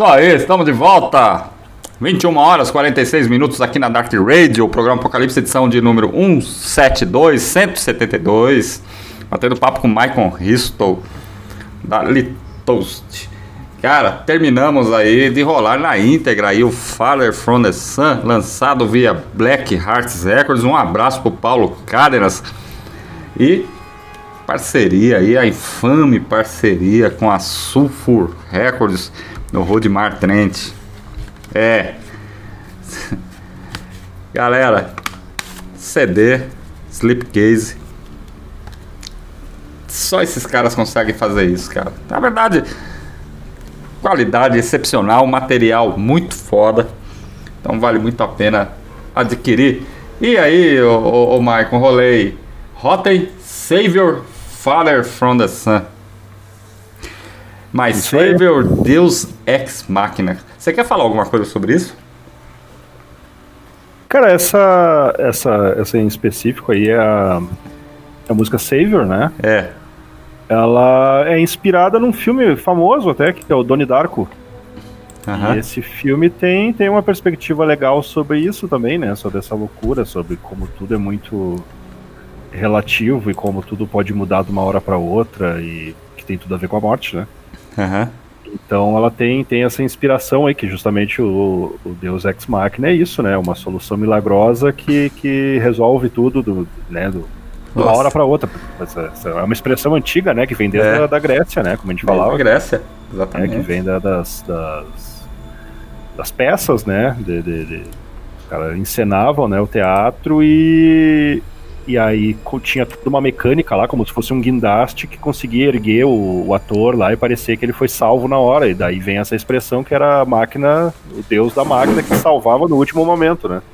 aí, estamos de volta. 21 horas 46 minutos aqui na Dark Radio, o programa Apocalipse, edição de número 172, batendo papo com Michael Risto, da Litoast. Cara, terminamos aí de rolar na íntegra aí o Father from the Sun, lançado via Black Hearts Records. Um abraço pro Paulo Cárdenas. E parceria aí, a infame parceria com a Sulfur Records no Rodmar Trent. Galera, CD, Slipcase, só esses caras conseguem fazer isso, cara. Na verdade, qualidade excepcional, material muito foda, então vale muito a pena adquirir. E aí, o Michael, rolei Rotten Savior, Father from the Sun. My Savior, Deus Ex Machina. Você quer falar alguma coisa sobre isso? Cara, essa em específico aí é a música Savior, né? É. Ela é inspirada num filme famoso até, que é o Donnie Darko. E esse filme tem uma perspectiva legal sobre isso também, né? Sobre essa loucura, sobre como tudo é muito relativo e como tudo pode mudar de uma hora para outra e que tem tudo a ver com a morte, né? Então ela tem essa inspiração aí, que justamente o Deus Ex Machina é isso, né? Uma solução milagrosa que resolve tudo de uma hora para outra. Essa é uma expressão antiga, né? Que vem desde da Grécia, né? Como a gente falava. Da Grécia, exatamente. Que vem das peças, né? Os caras encenavam, né, o teatro e aí tinha toda uma mecânica lá, como se fosse um guindaste que conseguia erguer o ator lá e parecia que ele foi salvo na hora. E daí vem essa expressão que era a máquina, o deus da máquina que salvava no último momento, né?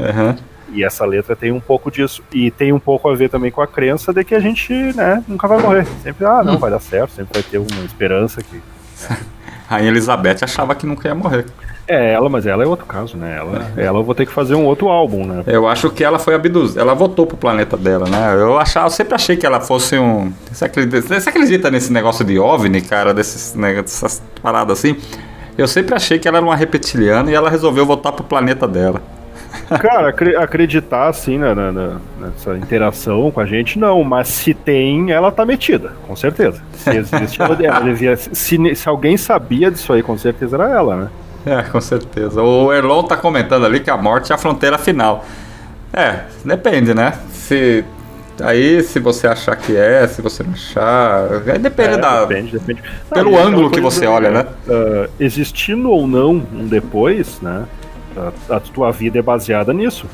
E essa letra tem um pouco disso. E tem um pouco a ver também com a crença de que a gente, né, nunca vai morrer. Sempre, não, vai dar certo, sempre vai ter uma esperança que... Rainha Elizabeth achava que nunca ia morrer. Mas ela é outro caso, né? Ela eu vou ter que fazer um outro álbum, né? Eu acho que ela foi abduzida, ela voltou pro planeta dela, né? Eu sempre achei que ela fosse um... Você acredita nesse negócio de OVNI, cara? Dessas paradas assim? Eu sempre achei que ela era uma reptiliana e ela resolveu voltar pro planeta dela. Cara, acreditar assim nessa interação com a gente, não, mas se tem, ela tá metida, com certeza. Se existe, ela devia. Se alguém sabia disso aí, com certeza era ela, né? Com certeza. O Erlon tá comentando ali que a morte é a fronteira final. Depende, né? Se você achar que se você não achar... Depende Depende. Pelo ângulo que você olha, né? Existindo ou não um depois, né? A tua vida é baseada nisso.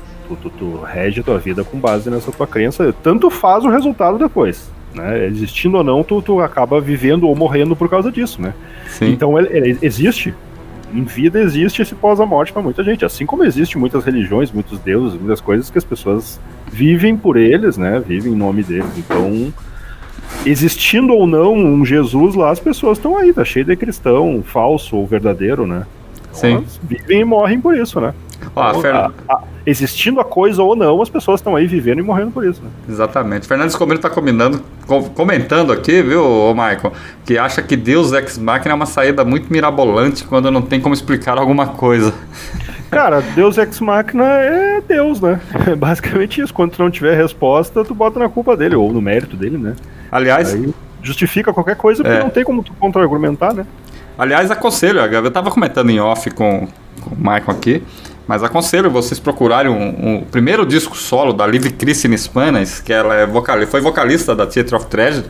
Tu rege a tua vida com base nessa tua crença. Tanto faz o resultado depois, né? Existindo ou não, tu acaba vivendo ou morrendo por causa disso, né? Sim. Então ele existe. Em vida existe esse pós-a-morte para muita gente. Assim como existe muitas religiões, muitos deuses, muitas coisas que as pessoas vivem por eles, né? Vivem em nome deles. Então, existindo ou não um Jesus lá, as pessoas estão aí, tá cheio de cristão, falso ou verdadeiro, né? Sim. Elas vivem e morrem por isso, né? Existindo a coisa ou não, as pessoas estão aí vivendo e morrendo por isso, né? Exatamente. Fernandes Comino tá comentando aqui, viu, Michael, que acha que Deus Ex Machina é uma saída muito mirabolante quando não tem como explicar alguma coisa. Cara, Deus Ex Machina é Deus, né? É basicamente isso. Quando tu não tiver resposta, tu bota na culpa dele, ou no mérito dele, né? Aliás... Aí justifica qualquer coisa, porque não tem como tu contra-argumentar, né? Aliás, aconselho, eu tava comentando em off com o Michael aqui, mas aconselho vocês procurarem o primeiro disco solo da Liv Kristine Spanas, que ela foi vocalista da Theatre of Tragedy,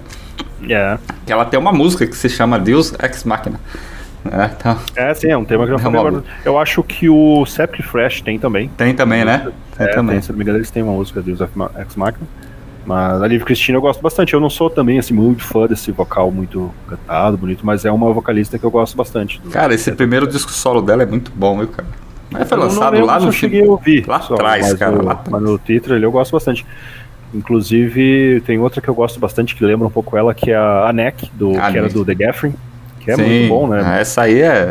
que ela tem uma música que se chama Deus Ex Machina. Então, sim, é um tema que eu já falei agora. Eu acho que o Septic Fresh tem também. Tem também, né? Tem, se não me engano, eles têm uma música Deus Ex Machina. Mas a Liv Kristine eu gosto bastante. Eu não sou também assim, muito fã desse vocal muito cantado, bonito, mas é uma vocalista que eu gosto bastante. Cara, esse primeiro disco solo dela é muito bom, viu, cara? Mas foi lançado lá no... Eu cheguei a ouvir. Lá atrás, cara. Mas no título eu gosto bastante. Inclusive, tem outra que eu gosto bastante, que lembra um pouco ela, que é a Neck, que era do The Gathering, que é muito bom, né? Essa aí é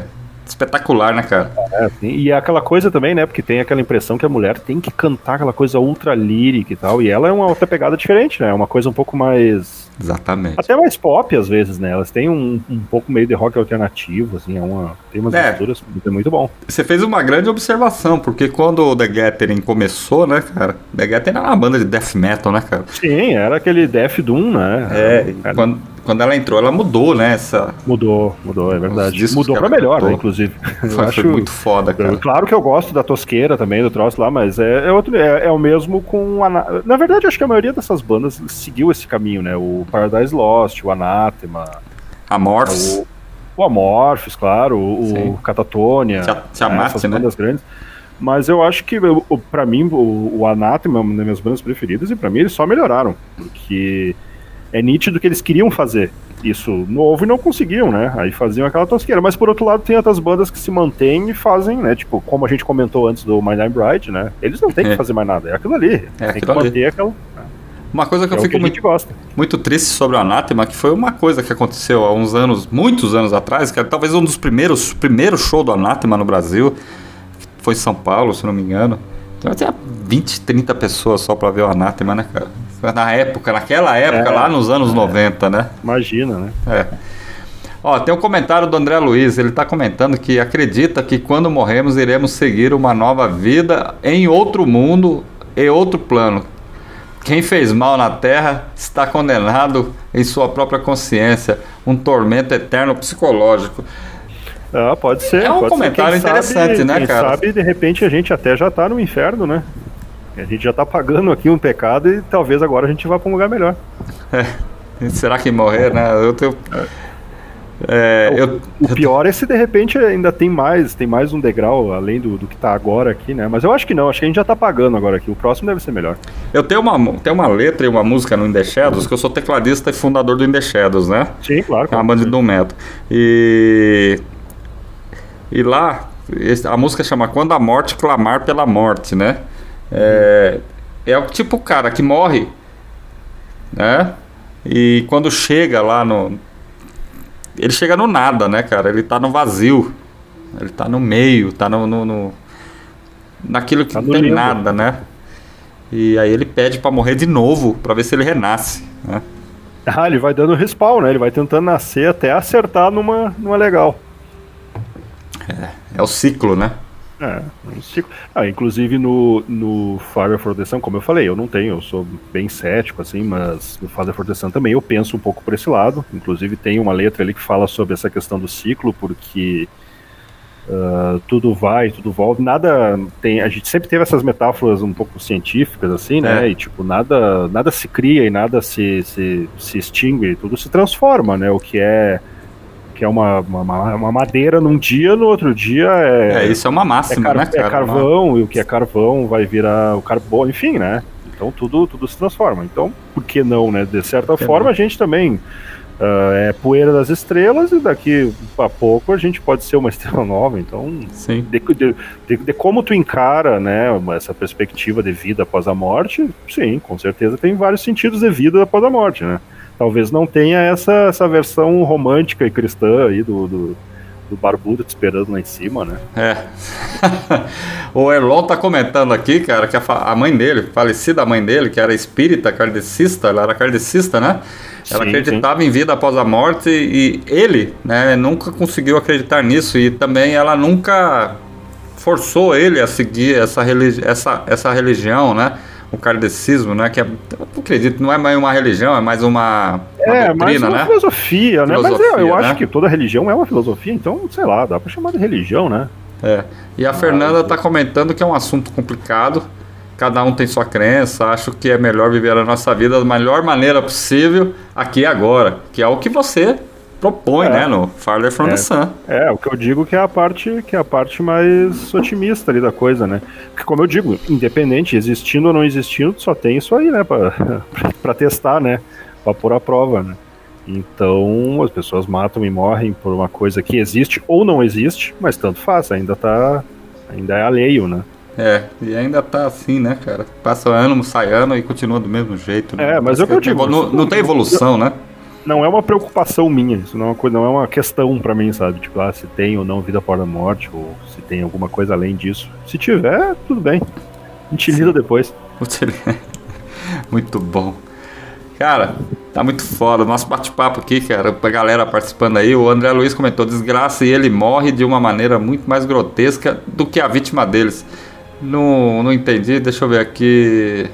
espetacular, né, cara? E é aquela coisa também, né? Porque tem aquela impressão que a mulher tem que cantar aquela coisa ultra lírica e tal. E ela é uma outra pegada diferente, né? É uma coisa um pouco mais... Exatamente. Até mais pop, às vezes, né? Elas têm um pouco meio de rock alternativo, assim. Tem umas misturas muito bom. Você fez uma grande observação, porque quando o The Gathering começou, né, cara? The Gathering era uma banda de death metal, né, cara? Sim, era aquele Death Doom, né? Quando ela entrou, ela mudou, né? Mudou, é verdade. Mudou pra melhor, né, inclusive. Foi muito foda, cara. Claro que eu gosto da tosqueira também, do troço lá, mas é o mesmo com... Na verdade, acho que a maioria dessas bandas seguiu esse caminho, né? O Paradise Lost, o Anathema... Amorphis. O Amorphis, claro, o Catatonia, Tiamat, essas né? bandas grandes. Mas eu acho que, pra mim, o Anathema é uma das minhas bandas preferidas, e pra mim eles só melhoraram, porque... É nítido que eles queriam fazer isso novo e não conseguiam, né? Aí faziam aquela tosqueira. Mas por outro lado, tem outras bandas que se mantêm e fazem, né? Tipo, como a gente comentou antes do My Name Bride, né? Eles não têm que fazer mais nada, é aquilo ali. Tem que manter aquela... Uma coisa que eu fico muito triste sobre o Anathema, que foi uma coisa que aconteceu há uns anos, muitos anos atrás, que era talvez um dos primeiros shows do Anathema no Brasil, que foi em São Paulo, se não me engano. Então tinha 20, 30 pessoas só pra ver o Anathema, né, cara? Naquela época, lá nos anos 90, né? Imagina, né? Ó, tem um comentário do André Luiz, ele tá comentando que acredita que quando morremos iremos seguir uma nova vida em outro mundo e outro plano. Quem fez mal na Terra está condenado em sua própria consciência, um tormento eterno psicológico. Pode ser. É um comentário interessante, né, cara? Quem sabe, de repente, a gente até já tá no inferno, né? A gente já tá pagando aqui um pecado e talvez agora a gente vá para um lugar melhor. Será que morrer, né? O pior é se de repente ainda tem mais um degrau além do que tá agora aqui, né? Mas eu acho que não, acho que a gente já tá pagando agora aqui. O próximo deve ser melhor. Eu tenho uma letra e uma música no In The Shadows, que eu sou tecladista e fundador do In The Shadows, né? Sim, claro. É uma banda de doom metal. E lá, a música chama Quando a Morte Clamar pela Morte, né? É o tipo cara que morre, né? E quando chega lá ele chega no nada, né, cara? Ele tá no vazio. Ele tá no meio, tá naquilo que tá não tem limbo. Nada, né? E aí ele pede pra morrer de novo, pra ver se ele renasce, né? Ele vai dando respawn, né? Ele vai tentando nascer até acertar numa legal. É o ciclo, né? Um ciclo. Inclusive no Father for the Sun, como eu falei, eu sou bem cético, assim, mas no Father for the Sun também eu penso um pouco por esse lado. Inclusive tem uma letra ali que fala sobre essa questão do ciclo, porque tudo vai, tudo volta, nada tem. A gente sempre teve essas metáforas um pouco científicas, assim, né? E tipo, nada se cria e nada se extingue, tudo se transforma, né? O que é uma madeira num dia, no outro dia isso é uma máxima, né, cara? É carvão, e o que é carvão vai virar o carbono, enfim, né? Então tudo se transforma. Então, por que não, né? De certa forma, a gente também é poeira das estrelas e daqui a pouco a gente pode ser uma estrela nova. Então, sim. De como tu encara, né, essa perspectiva de vida após a morte, sim, com certeza tem vários sentidos de vida após a morte, né? Talvez não tenha essa versão romântica e cristã aí do barbudo te esperando lá em cima, né? O Erlon tá comentando aqui, cara, que a mãe dele, falecida mãe dele, que era espírita, kardecista, ela era kardecista, né? Ela acreditava em vida após a morte e ele, né, nunca conseguiu acreditar nisso e também ela nunca forçou ele a seguir essa religião, né? O kardecismo, né? Que eu acredito, não é mais uma religião, é mais uma doutrina, mais uma né? Filosofia, né? Mas eu acho que toda religião é uma filosofia, então, sei lá, dá pra chamar de religião, né? E a Fernanda tá comentando que é um assunto complicado, cada um tem sua crença, acho que é melhor viver a nossa vida da melhor maneira possível aqui e agora, que é o que você propõe, né, no Farther from the Sun. O que eu digo que é a parte mais otimista ali da coisa, né? Porque, como eu digo, independente, existindo ou não existindo, só tem isso aí, né, pra testar, né, pra pôr à prova, né? Então, as pessoas matam e morrem por uma coisa que existe ou não existe, mas tanto faz, ainda é alheio, né? E ainda tá assim, né, cara? Passa ano, sai ano e continua do mesmo jeito, né? Mas é o que eu digo. Não tem evolução, né? não é uma preocupação minha, isso não é uma coisa, não é uma questão pra mim, sabe? Tipo, se tem ou não vida após a morte, ou se tem alguma coisa além disso. Se tiver, tudo bem. A gente lida depois. Muito bom. Cara, tá muito foda. Nosso bate-papo aqui, cara, pra galera participando aí. O André Luiz comentou: desgraça, e ele morre de uma maneira muito mais grotesca do que a vítima deles. Não entendi, deixa eu ver aqui.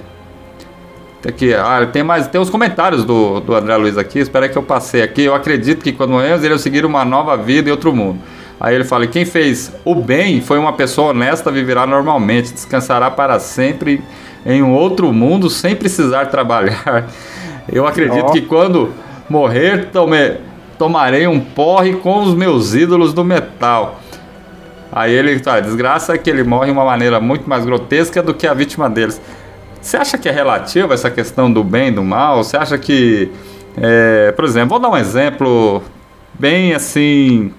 Tem os comentários do André Luiz aqui. Espera que eu passei aqui. Eu acredito que quando morremos, ele seguir uma nova vida em outro mundo. Aí ele fala: quem fez o bem foi uma pessoa honesta, viverá normalmente, descansará para sempre em um outro mundo sem precisar trabalhar. Eu acredito que quando morrer, tomarei um porre com os meus ídolos do metal. Aí ele fala: desgraça que ele morre de uma maneira muito mais grotesca do que a vítima deles. Você acha que é relativa essa questão do bem e do mal? Você acha que, por exemplo, vou dar um exemplo bem assim,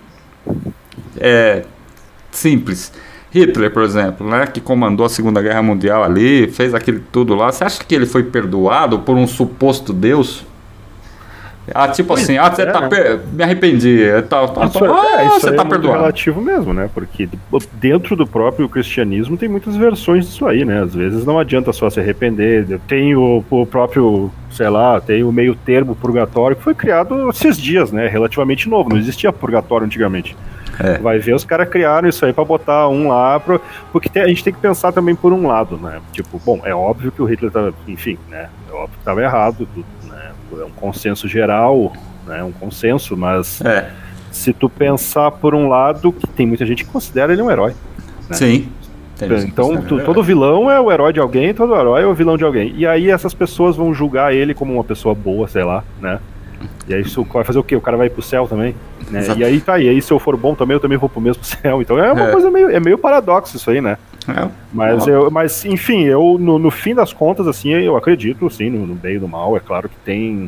simples. Hitler, por exemplo, né, que comandou a Segunda Guerra Mundial ali, fez aquele tudo lá. Você acha que ele foi perdoado por um suposto Deus? Tipo assim, você tá me arrependi. Você tá perdoado. É relativo mesmo, né? Porque dentro do próprio cristianismo tem muitas versões disso aí, né? Às vezes não adianta só se arrepender. Tem o próprio, sei lá, tem o meio termo purgatório que foi criado esses dias, né? Relativamente novo, não existia purgatório antigamente. Vai ver, os caras criaram isso aí pra botar um lá, porque a gente tem que pensar também por um lado, né? Tipo, bom, é óbvio que o Hitler tava, enfim, né? É óbvio que tava errado, né? É um consenso geral, né? Um consenso, mas se tu pensar por um lado, que tem muita gente que considera ele um herói, né? Sim. Então, todo vilão é o herói de alguém, todo herói é o vilão de alguém. E aí essas pessoas vão julgar ele como uma pessoa boa, sei lá, né? E aí isso vai fazer o quê? O cara vai pro céu também, né? E aí se eu for bom também, eu também vou pro mesmo céu. Então é uma coisa meio paradoxo isso aí, né? Mas enfim, eu no fim das contas, assim, eu acredito, assim, no bem e no mal. É claro que tem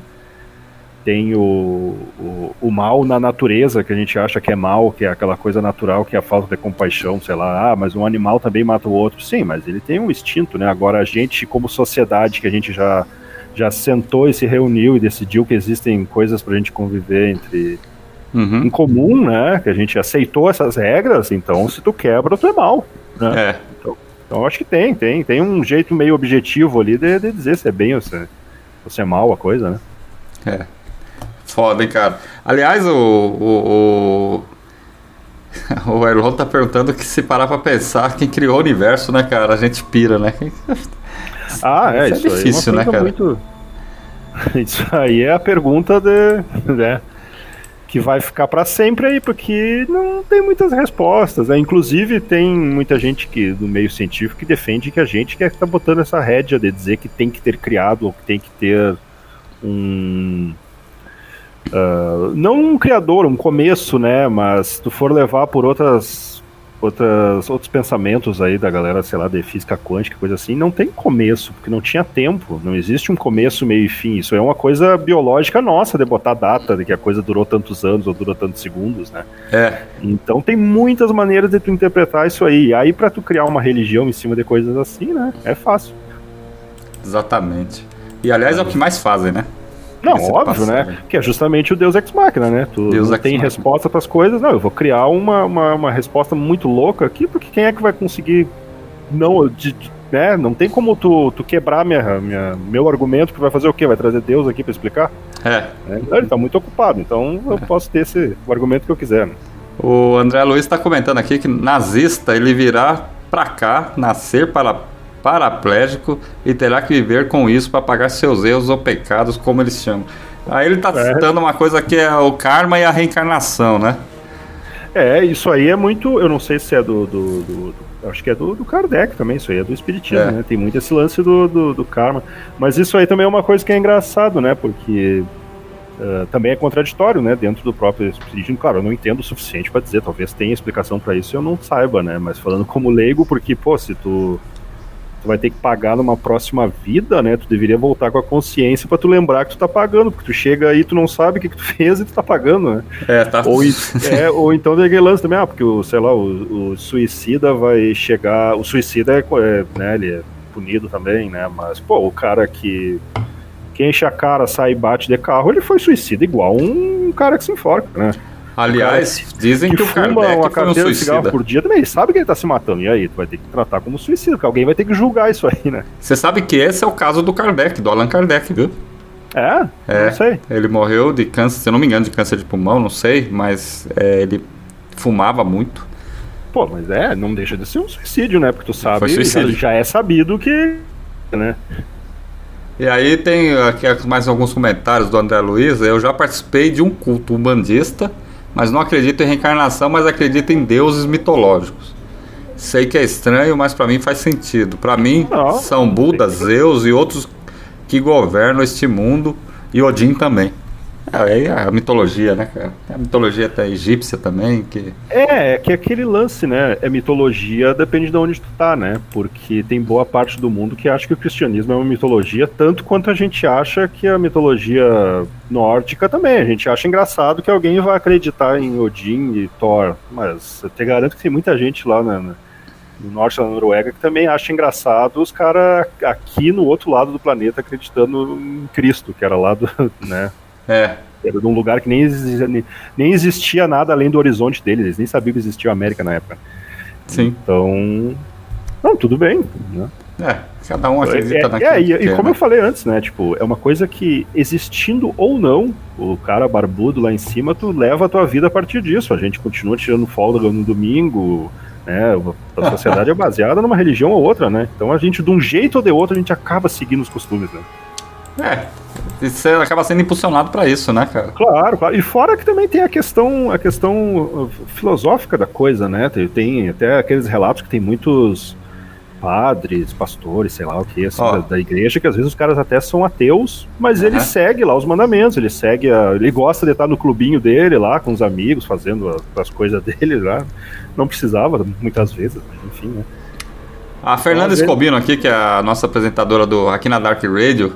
o mal na natureza, que a gente acha que é mal, que é aquela coisa natural, que é a falta de compaixão, sei lá, mas um animal também mata o outro. Sim, mas ele tem um instinto, né? Agora a gente, como sociedade, que a gente já sentou e se reuniu e decidiu que existem coisas pra gente conviver em comum, né? Que a gente aceitou essas regras, então se tu quebra, tu é mal, né? Então eu acho que tem um jeito meio objetivo ali de dizer se é bem ou se é mal a coisa, né? Foda, hein, cara. Aliás, o Erlon tá perguntando que se parar pra pensar, quem criou o universo, né, cara? A gente pira, né? Isso é difícil, né, cara? Isso aí é a pergunta né, que vai ficar para sempre aí, porque não tem muitas respostas, né? Inclusive tem muita gente do meio científico que defende que a gente que tá botando essa rédea de dizer que tem que ter criado ou que tem que ter não um criador, um começo, né? Mas se tu for levar por outros pensamentos aí da galera, sei lá, de física quântica, coisa assim, não tem começo, porque não tinha tempo, não existe um começo, meio e fim. Isso é uma coisa biológica nossa, de botar data, de que a coisa durou tantos anos ou durou tantos segundos, né? Então tem muitas maneiras de tu interpretar isso aí. E aí pra tu criar uma religião em cima de coisas assim, né? É fácil. Exatamente. E aliás é o que mais fazem, né? Não, óbvio, né? Que é justamente o Deus Ex Machina, né? Tu não tem resposta para as coisas. Não, eu vou criar uma resposta muito louca aqui, porque quem é que vai conseguir... né? Não tem como tu quebrar meu argumento, que vai fazer o quê? Vai trazer Deus aqui para explicar? Ele tá muito ocupado, então eu posso ter o argumento que eu quiser, né? O André Luiz está comentando aqui que nazista, ele virá pra cá, nascer paraplégico e terá que viver com isso para pagar seus erros ou pecados, como eles chamam. Aí ele tá citando uma coisa que é o karma e a reencarnação, né? Isso aí é muito... Eu não sei se é acho que é do Kardec também, isso aí é do espiritismo, né? Tem muito esse lance do karma. Mas isso aí também é uma coisa que é engraçado, né? Porque também é contraditório, né? Dentro do próprio espiritismo. Claro, eu não entendo o suficiente para dizer, talvez tenha explicação para isso e eu não saiba, né? Mas falando como leigo, porque, se tu vai ter que pagar numa próxima vida, né? Tu deveria voltar com a consciência pra tu lembrar que tu tá pagando, porque tu chega aí, tu não sabe o que tu fez e tu tá pagando, né? Tá. Ou então tem aquele lance também, porque o suicida vai chegar... O suicida né, ele é punido também, né? Mas, o cara que que enche a cara, sai e bate de carro, ele foi suicida igual um cara que se enforca, né? Aliás, dizem que o Kardec uma foi um carteira de cigarro suicida. por dia também, ele sabe que ele tá se matando, e aí, tu vai ter que tratar como suicídio, porque alguém vai ter que julgar isso aí, né? Você sabe que esse é o caso do Kardec, do Allan Kardec, viu? Não sei. Ele morreu de câncer, se eu não me engano, de câncer de pulmão, não sei, mas ele fumava muito. Pô, mas não deixa de ser um suicídio, né? Porque tu sabe, Foi suicídio. já é sabido que, né? E aí tem aqui mais alguns comentários do André Luiz. Eu já participei de um culto umbandista, mas não acredito em reencarnação, mas acredito em deuses mitológicos. Sei que é estranho, mas pra mim faz sentido. Pra mim são Buda, Zeus e outros que governam este mundo, e Odin também. É a mitologia, né, cara? A mitologia até egípcia também, que É aquele lance, né? Mitologia depende de onde tu tá, né? Porque tem boa parte do mundo que acha que o cristianismo é uma mitologia, tanto quanto a gente acha que a mitologia nórdica também. A gente acha engraçado que alguém vai acreditar em Odin e Thor, mas eu te garanto que tem muita gente lá no norte da Noruega que também acha engraçado os caras aqui no outro lado do planeta acreditando em Cristo, que era lá do, né? Era de um lugar que nem existia nada além do horizonte deles, eles nem sabiam que existia a América na época. Sim. Então, não, tudo bem, né? Cada um acredita naquilo e como eu falei antes, né, tipo, é uma coisa que, existindo ou não, o cara barbudo lá em cima, tu leva a tua vida a partir disso, a gente continua tirando folga no domingo, né, a sociedade é baseada numa religião ou outra, né, então a gente, de um jeito ou de outro, a gente acaba seguindo os costumes, né. Você acaba sendo impulsionado pra isso, né, cara? Claro. E fora que também tem a questão filosófica da coisa, né? Tem até aqueles relatos que tem muitos padres, pastores, sei lá o que, assim, da igreja, que às vezes os caras até são ateus, mas ele segue lá os mandamentos, ele gosta de estar no clubinho dele lá, com os amigos, fazendo as coisas dele lá. Não precisava, muitas vezes, enfim, né? A Fernanda Escobino aqui, que é a nossa apresentadora aqui na Dark Radio,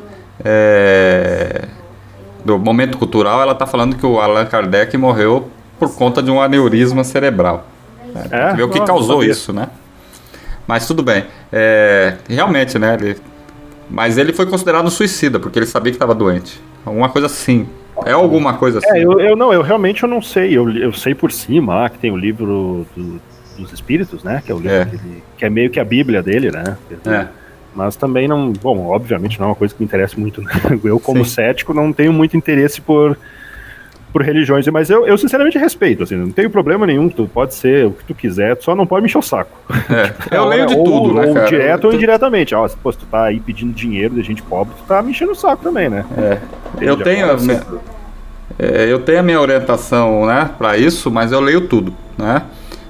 do Momento Cultural, ela tá falando que o Allan Kardec morreu por conta de um aneurisma cerebral. Tem que ver o que causou isso, né? Mas tudo bem. Realmente, né? Mas ele foi considerado um suicida, porque ele sabia que estava doente. Alguma coisa assim. É alguma coisa assim. Eu realmente não sei. Eu sei por cima que tem o livro dos Espíritos, né? Que é o livro que é meio que a Bíblia dele, né? Mas também não... Bom, obviamente não é uma coisa que me interessa muito, né? Eu, como cético, não tenho muito interesse por religiões, mas eu sinceramente respeito, assim, não tenho problema nenhum, tu pode ser o que tu quiser, tu só não pode me encher o saco. Eu leio de tudo, né, cara? Ou direto ou indiretamente. Se tu tá aí pedindo dinheiro de gente pobre, tu tá me enchendo o saco também, né? Eu tenho a minha orientação, né, pra isso, mas eu leio tudo, né?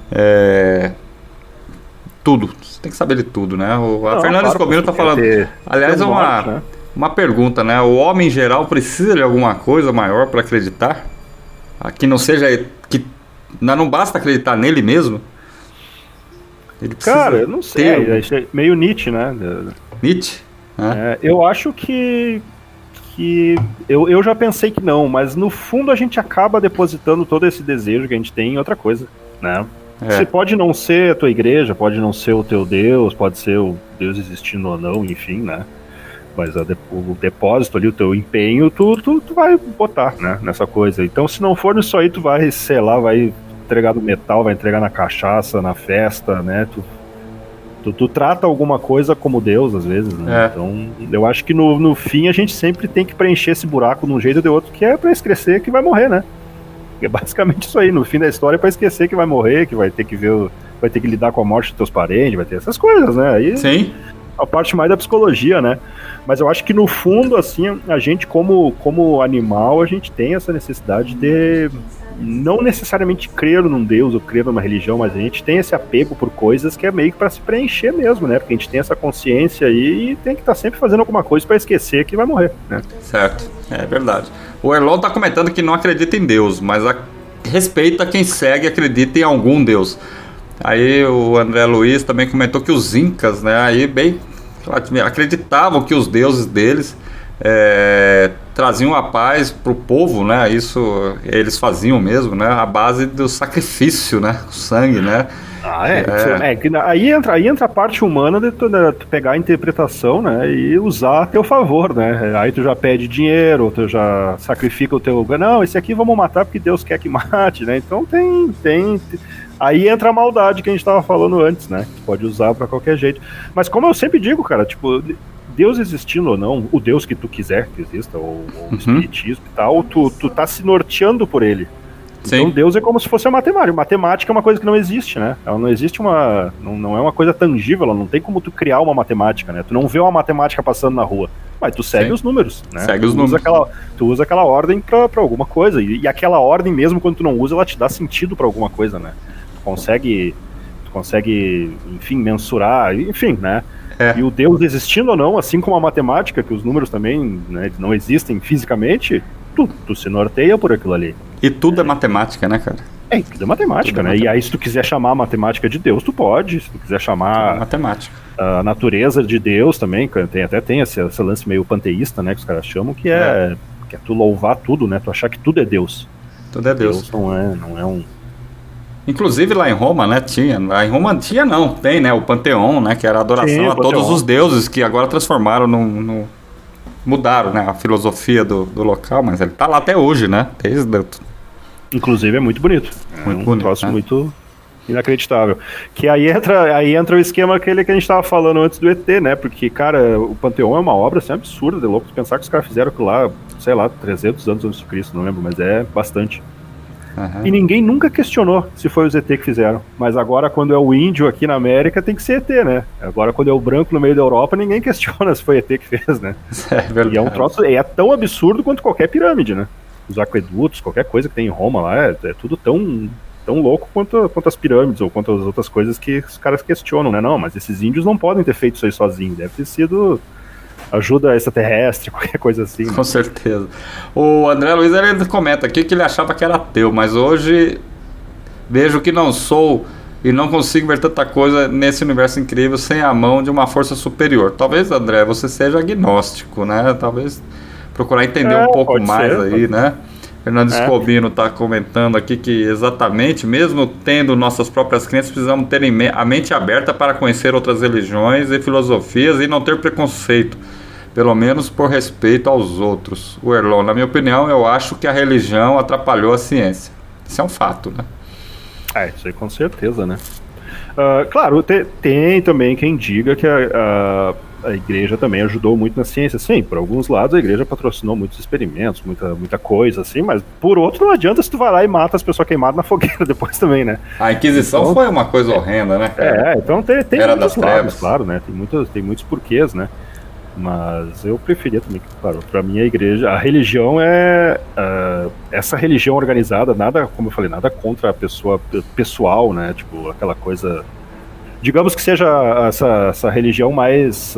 Tudo. Você tem que saber de tudo, né? A Fernanda Escobino tá falando... Aliás, uma pergunta, né? O homem em geral precisa de alguma coisa maior para acreditar? Que não seja... que não basta acreditar nele mesmo? Ele cara, eu não sei. É meio Nietzsche, né? Nietzsche? Eu acho que eu já pensei que não, mas no fundo a gente acaba depositando todo esse desejo que a gente tem em outra coisa, né? Você pode não ser a tua igreja, pode não ser o teu Deus, pode ser o Deus existindo ou não, enfim, né? Mas o depósito ali, o teu empenho, tu vai botar, né, nessa coisa. Então, se não for nisso aí, tu vai, sei lá, vai entregar no metal, vai entregar na cachaça, na festa, né? Tu trata alguma coisa como Deus, às vezes, né? Então, eu acho que no fim a gente sempre tem que preencher esse buraco de um jeito ou de outro, que é pra esquecer que vai morrer, né? É basicamente isso aí, no fim da história é pra esquecer que vai morrer, que vai ter que vai ter que lidar com a morte dos teus parentes, vai ter essas coisas, né? Aí, sim. A parte mais da psicologia, né? Mas eu acho que no fundo, assim, a gente como animal, a gente tem essa necessidade de não necessariamente crer num Deus ou crer numa religião, mas a gente tem esse apego por coisas que é meio que pra se preencher mesmo, né? Porque a gente tem essa consciência aí e tem que estar sempre fazendo alguma coisa pra esquecer que vai morrer, né? Certo, é verdade. O Erlon tá comentando que não acredita em Deus, mas respeita quem segue e acredita em algum Deus. Aí o André Luiz também comentou que os incas, né, aí bem acreditavam que os deuses deles traziam a paz pro povo, né? Isso eles faziam mesmo, né? A base do sacrifício, né? O sangue, né? Aí entra a parte humana de tu pegar a interpretação, né, e usar a teu favor, né? Aí tu já pede dinheiro, tu já sacrifica o teu... Não, esse aqui vamos matar porque Deus quer que mate, né? Então tem... Aí entra a maldade que a gente tava falando antes, né? Tu pode usar pra qualquer jeito. Mas como eu sempre digo, cara, tipo, Deus existindo ou não, o Deus que tu quiser que exista, ou o espiritismo e tal, tu tá se norteando por ele. Então Sim. Deus é como se fosse a matemática. Matemática é uma coisa que não existe, né? Ela não existe não é uma coisa tangível, ela não tem como tu criar uma matemática, né? Tu não vê uma matemática passando na rua, mas tu segue Sim. os números, né? Segue os números. Tu usa aquela ordem pra alguma coisa, e aquela ordem mesmo quando tu não usa, ela te dá sentido pra alguma coisa, né? Tu consegue, enfim, mensurar, enfim, né? E o Deus existindo ou não, assim como a matemática, que os números também, né, não existem fisicamente, tu se norteia por aquilo ali. E tudo é matemática, né, cara? Tudo é matemática, né? E aí, se tu quiser chamar a matemática de Deus, tu pode. Se tu quiser chamar matemática. A natureza de Deus também, tem esse lance meio panteísta, né, que os caras chamam, que é tu louvar tudo, né? Tu achar que tudo é Deus. Tudo é Deus. Deus não é um... Inclusive lá em Roma, né, em Roma tem, né, o Panteão, né, que era a adoração a todos os deuses, que agora transformaram mudaram, né, a filosofia do local, mas ele tá lá até hoje, né, Inclusive é muito bonito. Muito bonito, troço né? Muito inacreditável. Que aí entra o esquema aquele que a gente tava falando antes do ET, né, porque, cara, o Panteão é uma obra assim absurda, de louco pensar que os caras fizeram aquilo lá, sei lá, 300 anos antes de Cristo, não lembro, mas é bastante. E ninguém nunca questionou se foi os ET que fizeram. Mas agora, quando é o índio aqui na América, tem que ser ET, né? Agora, quando é o branco no meio da Europa, ninguém questiona se foi ET que fez, né? É verdade. E é um troço, é tão absurdo quanto qualquer pirâmide, né? Os aquedutos, qualquer coisa que tem em Roma lá, é tudo tão louco quanto as pirâmides ou quanto as outras coisas que os caras questionam, né? Não, mas esses índios não podem ter feito isso aí sozinhos. Deve ter sido... ajuda extraterrestre, qualquer coisa assim. Com certeza. O André Luiz, ele comenta aqui que ele achava que era ateu, mas hoje vejo que não sou e não consigo ver tanta coisa nesse universo incrível sem a mão de uma força superior. Talvez, André, você seja agnóstico, né? Talvez procurar entender um pouco mais aí, né? Fernando Escobino está comentando aqui que exatamente, mesmo tendo nossas próprias crenças, precisamos ter a mente aberta para conhecer outras religiões e filosofias e não ter preconceito, pelo menos por respeito aos outros. O Erlon, na minha opinião, eu acho que a religião atrapalhou a ciência. Isso é um fato, né? Isso aí com certeza, né? Claro, tem também quem diga que a igreja também ajudou muito na ciência. Sim, por alguns lados a igreja patrocinou muitos experimentos, muita coisa, assim, mas por outro não adianta se tu vai lá e mata as pessoas queimadas na fogueira depois também, né? A Inquisição então, foi uma coisa horrenda, né? Então tem Era das trevas, claro, né? Tem muitos porquês, né? Mas eu preferia também, claro, pra mim a religião essa religião organizada, nada, como eu falei, nada contra a pessoa pessoal, né, tipo, aquela coisa, digamos que seja essa religião mais,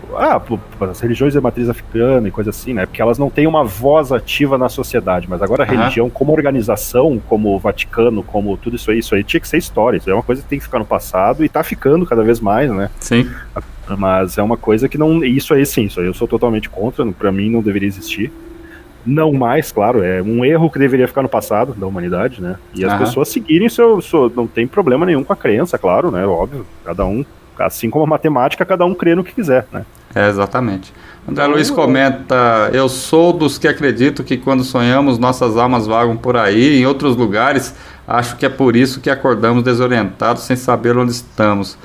as religiões de matriz africana e coisa assim, né, porque elas não têm uma voz ativa na sociedade, mas agora a religião como organização, como o Vaticano, como tudo isso aí tinha que ser história, isso é uma coisa que tem que ficar no passado e tá ficando cada vez mais, né. Sim. Mas é uma coisa que não... Isso aí eu sou totalmente contra, pra mim não deveria existir. Não mais, claro, é um erro que deveria ficar no passado da humanidade, né? E as pessoas seguirem não tem problema nenhum com a crença, claro, né? Óbvio, cada um, assim como a matemática, cada um crê no que quiser, né? Exatamente. André Luiz comenta: eu sou dos que acredito que quando sonhamos nossas almas vagam por aí, em outros lugares. Acho que é por isso que acordamos desorientados, sem saber onde estamos.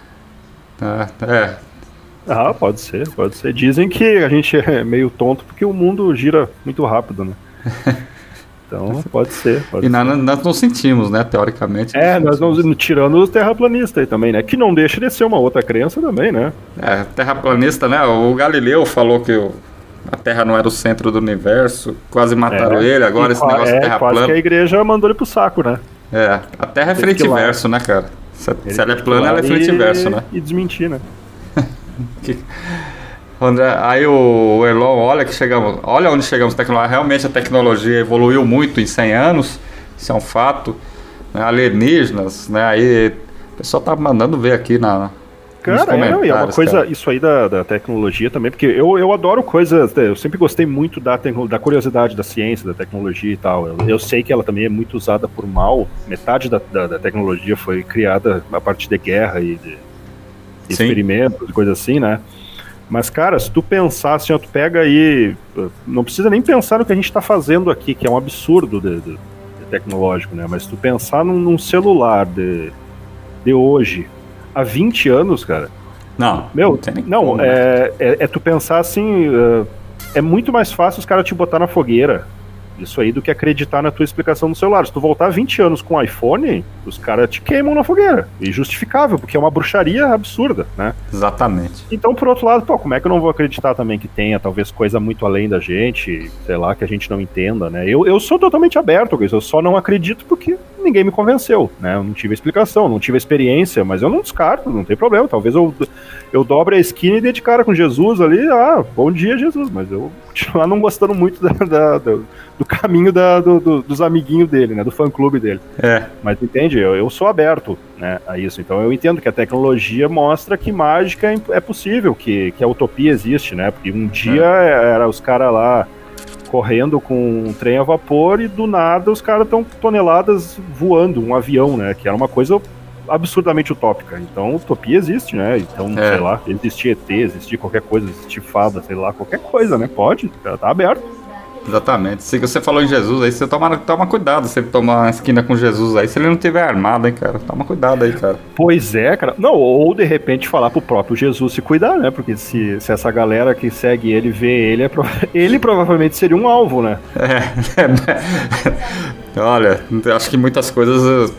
Pode ser. Dizem que a gente é meio tonto porque o mundo gira muito rápido, né? Então pode ser. Nós não sentimos, né? Teoricamente. Nós não tirando os terraplanistas aí também, né? Que não deixa de ser uma outra crença também, né? Terraplanista, né? O Galileu falou que a Terra não era o centro do universo, quase mataram ele, agora esse negócio de Terra plana. Quase que a igreja mandou ele pro saco, né? A Terra é frente e verso, né, cara? Se ela é plana, ela é frente e verso, né? E desmentir, né? André, aí o Erlon, olha onde chegamos tecnologia. Realmente a tecnologia evoluiu muito em 100 anos, isso é um fato, né? Alienígenas, né? Aí o pessoal tá mandando ver aqui Cara, e é uma coisa, cara. Isso aí da tecnologia também, porque eu adoro coisas, eu sempre gostei muito da curiosidade da ciência, da tecnologia e tal. Eu sei que ela também é muito usada por mal, metade da tecnologia foi criada a partir de guerra e de experimentos e coisas assim, né? Mas, cara, se tu pensar assim, ó, tu pega aí, não precisa nem pensar no que a gente tá fazendo aqui, que é um absurdo de tecnológico, né? Mas se tu pensar num celular de hoje, há 20 anos, cara. Não, não, tu pensar assim, é muito mais fácil os caras te botar na fogueira, isso aí, do que acreditar na tua explicação no celular. Se tu voltar 20 anos com iPhone, os caras te queimam na fogueira. E justificável, porque é uma bruxaria absurda, né? Exatamente. Então, por outro lado, como é que eu não vou acreditar também que tenha, talvez, coisa muito além da gente, sei lá, que a gente não entenda, né? Eu sou totalmente aberto com isso, eu só não acredito porque ninguém me convenceu, né? Eu não tive explicação, não tive experiência, mas eu não descarto, não tem problema. Talvez eu dobre a esquina e dê de cara com Jesus ali, bom dia, Jesus, mas eu continuar não gostando muito do caminho dos amiguinhos dele, né? Do fã-clube dele. Mas entende? Eu sou aberto, né, a isso. Então eu entendo que a tecnologia mostra que mágica é possível, que a utopia existe, né? Porque um dia era os caras lá correndo com um trem a vapor e do nada os caras estão toneladas voando, um avião, né? Que era uma coisa absurdamente utópica. Então, utopia existe, né? Então, sei lá, existir ET, existir qualquer coisa, existir fada, sei lá, qualquer coisa, né? Pode, tá aberto. Exatamente. Se você falou em Jesus aí, você toma cuidado se ele tomar uma esquina com Jesus aí, se ele não tiver armado, hein, cara. Toma cuidado aí, cara. Pois é, cara. Não, ou de repente falar pro próprio Jesus se cuidar, né? Porque se essa galera que segue ele vê ele, ele provavelmente seria um alvo, né? Olha, acho que muitas coisas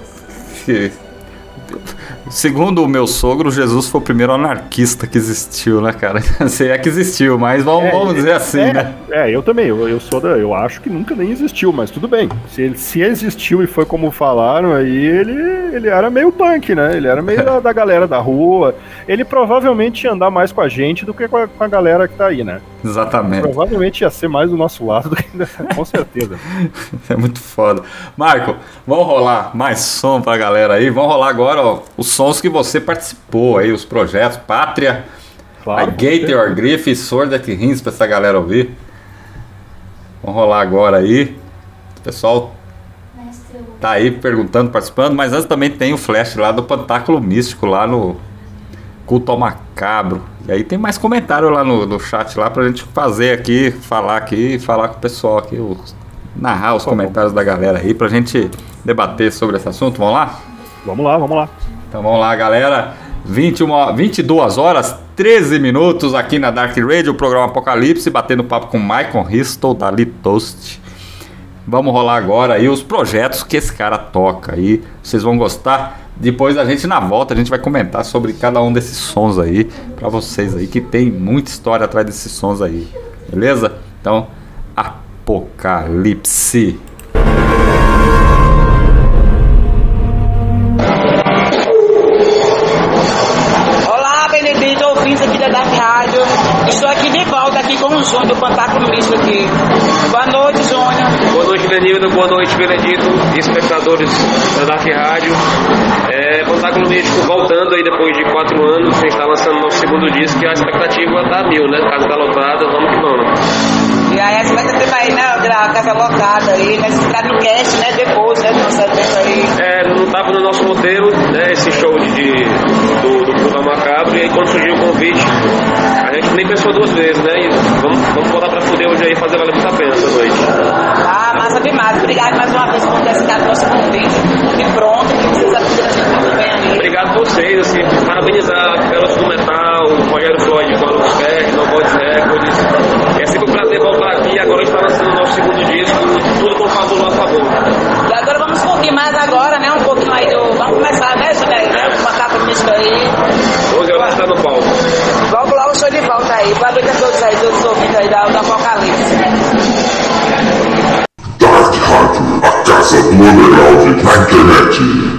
segundo o meu sogro, Jesus foi o primeiro anarquista que existiu, né, cara? Se é que existiu, mas vamos dizer assim, né? Eu também, eu acho que nunca nem existiu, mas tudo bem. Se existiu e foi como falaram aí, ele era meio punk, né? Ele era meio da galera da rua. Ele provavelmente ia andar mais com a gente do que com a galera que tá aí, né? Exatamente. Provavelmente ia ser mais do nosso lado do que com certeza. É muito foda. Marco, vamos rolar mais som pra galera aí. Vamos rolar agora, ó, os sons que você participou aí, os projetos Pátria, claro, Gate Your Grief e Sword That Rings pra essa galera ouvir. Vamos rolar agora aí. O pessoal tá aí perguntando, participando, mas antes também tem o flash lá do Pantáculo Místico, lá no Culto ao Macabro. E aí tem mais comentário lá no chat lá pra gente fazer aqui, falar com o pessoal aqui, narrar os comentários da galera aí pra gente debater sobre esse assunto. Vamos lá? Vamos lá. Então vamos lá, galera. 22 horas, 13 minutos aqui na Dark Radio, o programa Apocalipse, batendo papo com Michael Ristol, da Litoast. Vamos rolar agora aí os projetos que esse cara toca aí. Vocês vão gostar. Depois a gente, na volta, a gente vai comentar sobre cada um desses sons aí, pra vocês aí, que tem muita história atrás desses sons aí. Beleza? Então, Apocalipse. Ouvintes aqui da Dark Rádio, estou aqui de volta aqui com o Júnior do Pantáculo Místico aqui. Boa noite, Júnior. Boa noite, Benildo. Boa noite, Benedito e espectadores da Dark Rádio. Pantáculo Místico voltando aí depois de 4 anos, a gente está lançando nosso segundo disco e a expectativa tá 1000, né? A casa tá lotada, vamos que vamos. E aí a expectativa aí, né, da casa lotada aí, né, se ficar no cast, né, depois, né, do nosso evento aí. Não tava no nosso roteiro, né, esse show do Culto ao Macabro, e aí quando surgiu o convite, a gente nem pensou 2 vezes, né, e vamos botar pra fuder hoje aí e fazer valer muito a pena essa noite. Massa demais, obrigado mais uma vez por ter aceitado o nosso convite, e pronto, que vocês ajudam a gente muito bem aí. Obrigado a vocês, assim, parabenizar Pelos do Metal, o Rogério Floyd, com a Lux Fest, No Boys Records. É sempre um prazer voltar aqui. Agora a gente está lançando o nosso segundo disco, tudo com fábula a favor. E agora vamos um pouquinho mais agora, né? Um pouquinho aí vamos começar, né, Juliette, né? O Pantáculo Místico aí. 11 horas está no palco. Logo o show de volta aí. Boa noite a todos aí, todos os ouvintes aí do Apocalipse. Dark Rádio, a casa do underground na internet.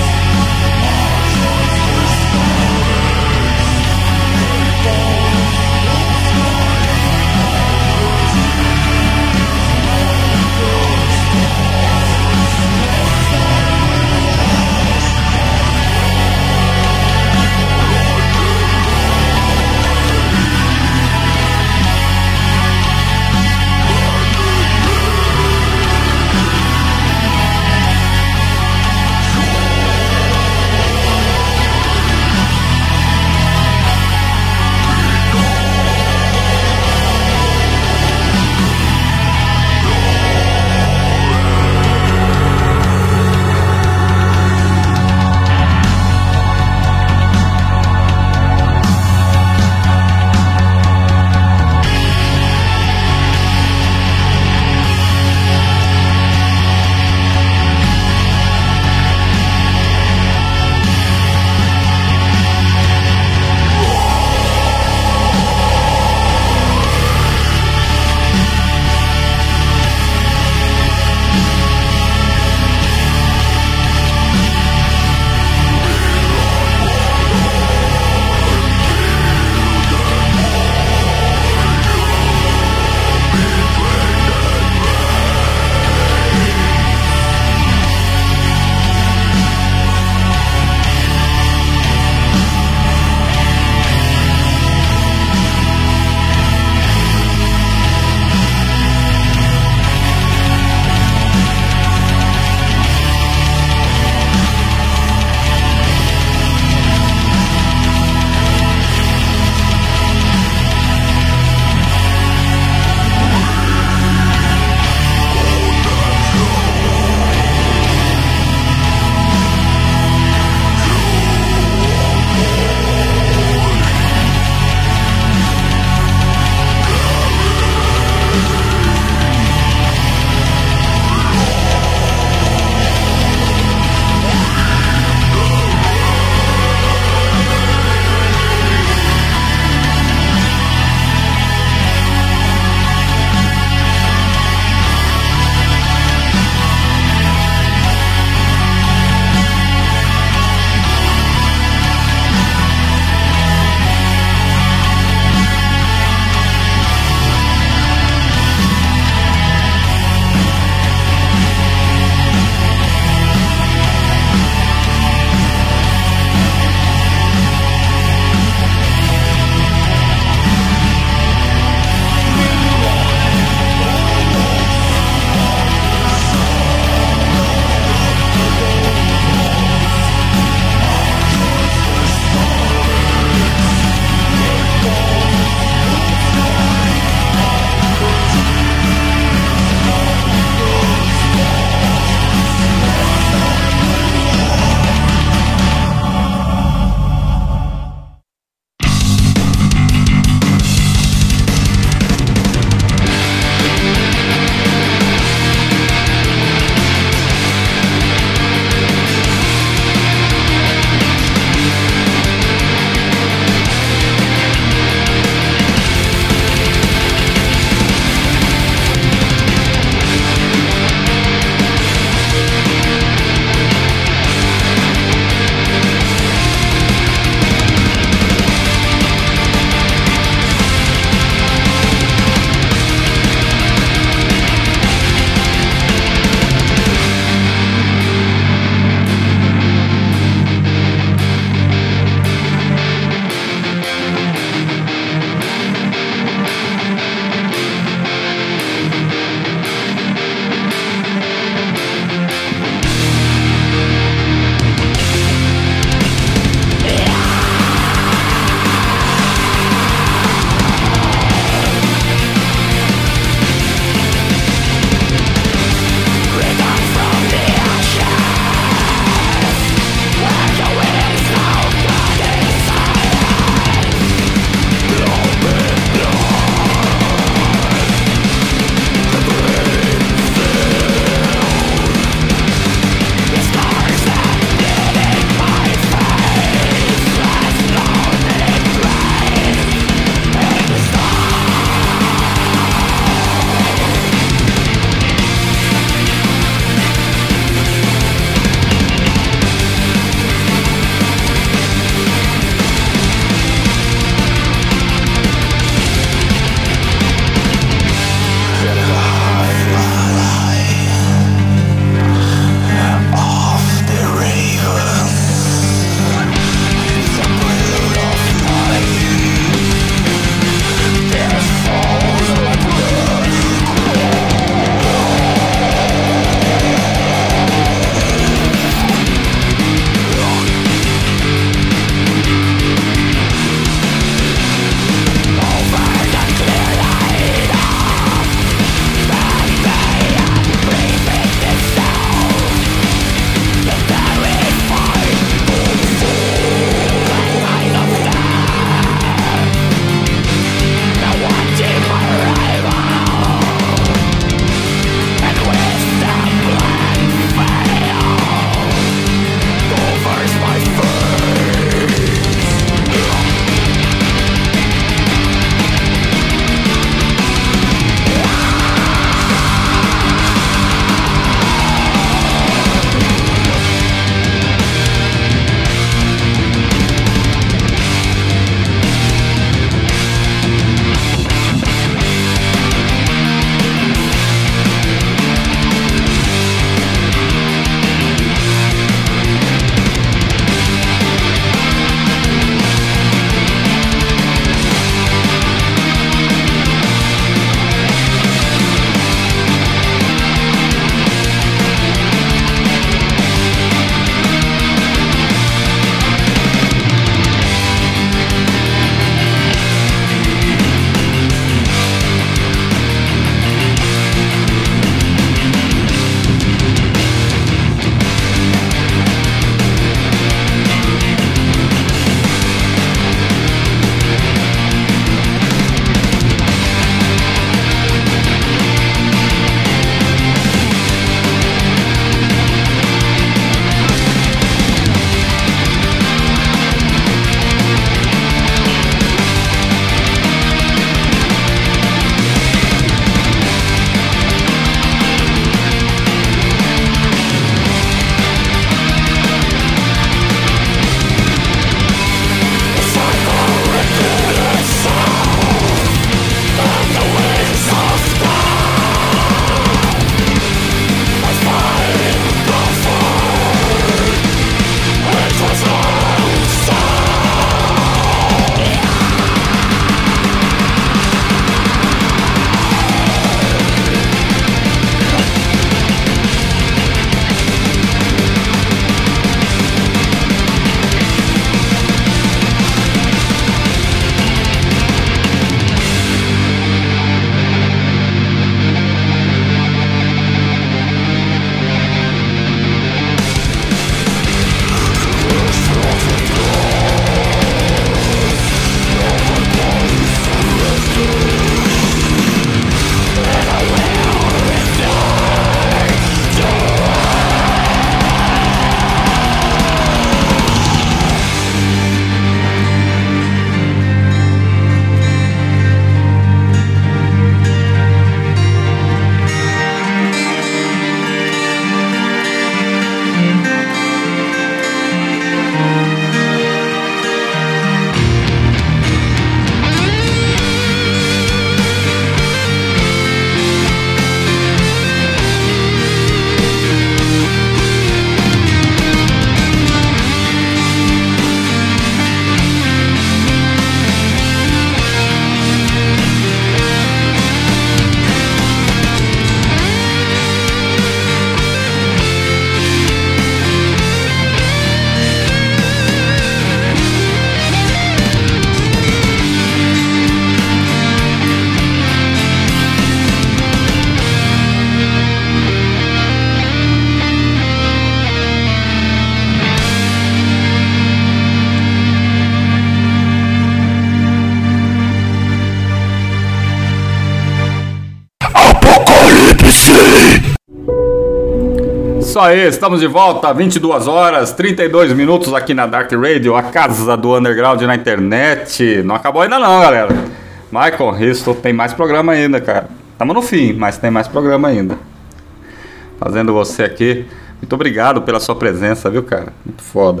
isso aí, estamos de volta, 22 horas, 32 minutos aqui na Dark Radio, a casa do underground na internet. Não acabou ainda não, galera. Michael Risto, tem mais programa ainda, cara. Estamos no fim, mas tem mais programa ainda. Fazendo você aqui. Muito obrigado pela sua presença, viu, cara? Muito foda.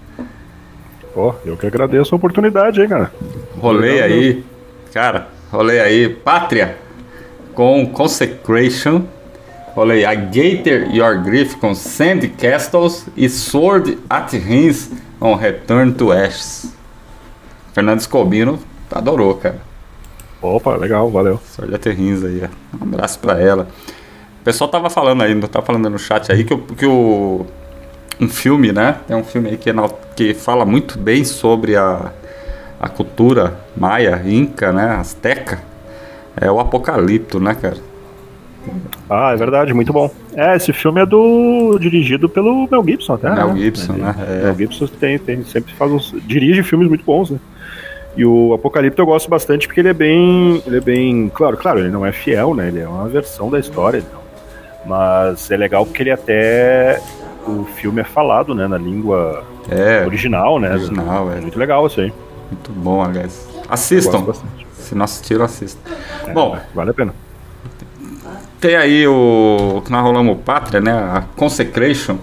Eu que agradeço a oportunidade, hein, cara. Rolei aí, cara. Rolei aí, Pátria com Consecration. Rolei I Gator Your Grief com Sand Castles e Sword at Rins com Return to Ashes. Fernando Scobino adorou, cara. Opa, legal, valeu. Sword at Rins aí, ó. Um abraço pra ela. O pessoal tava falando aí, tava falando no chat aí que um filme, né? Tem um filme aí que fala muito bem sobre a cultura maia, inca, né? Azteca. É o Apocalipto, né, cara? É verdade, muito bom. Esse filme é dirigido pelo Mel Gibson até, Mel Gibson, né? Mel Gibson sempre dirige filmes muito bons, né? E o Apocalipto eu gosto bastante porque ele é bem, claro, ele não é fiel, né? Ele é uma versão da história, então. Mas é legal porque o filme é falado, né, na língua original, né? Original, Muito legal isso aí. Muito bom, aliás. Assistam. Se não assistiram, assistam. Bom, vale a pena. Tem aí o que nós rolamos, Pátria, né? A Consecration,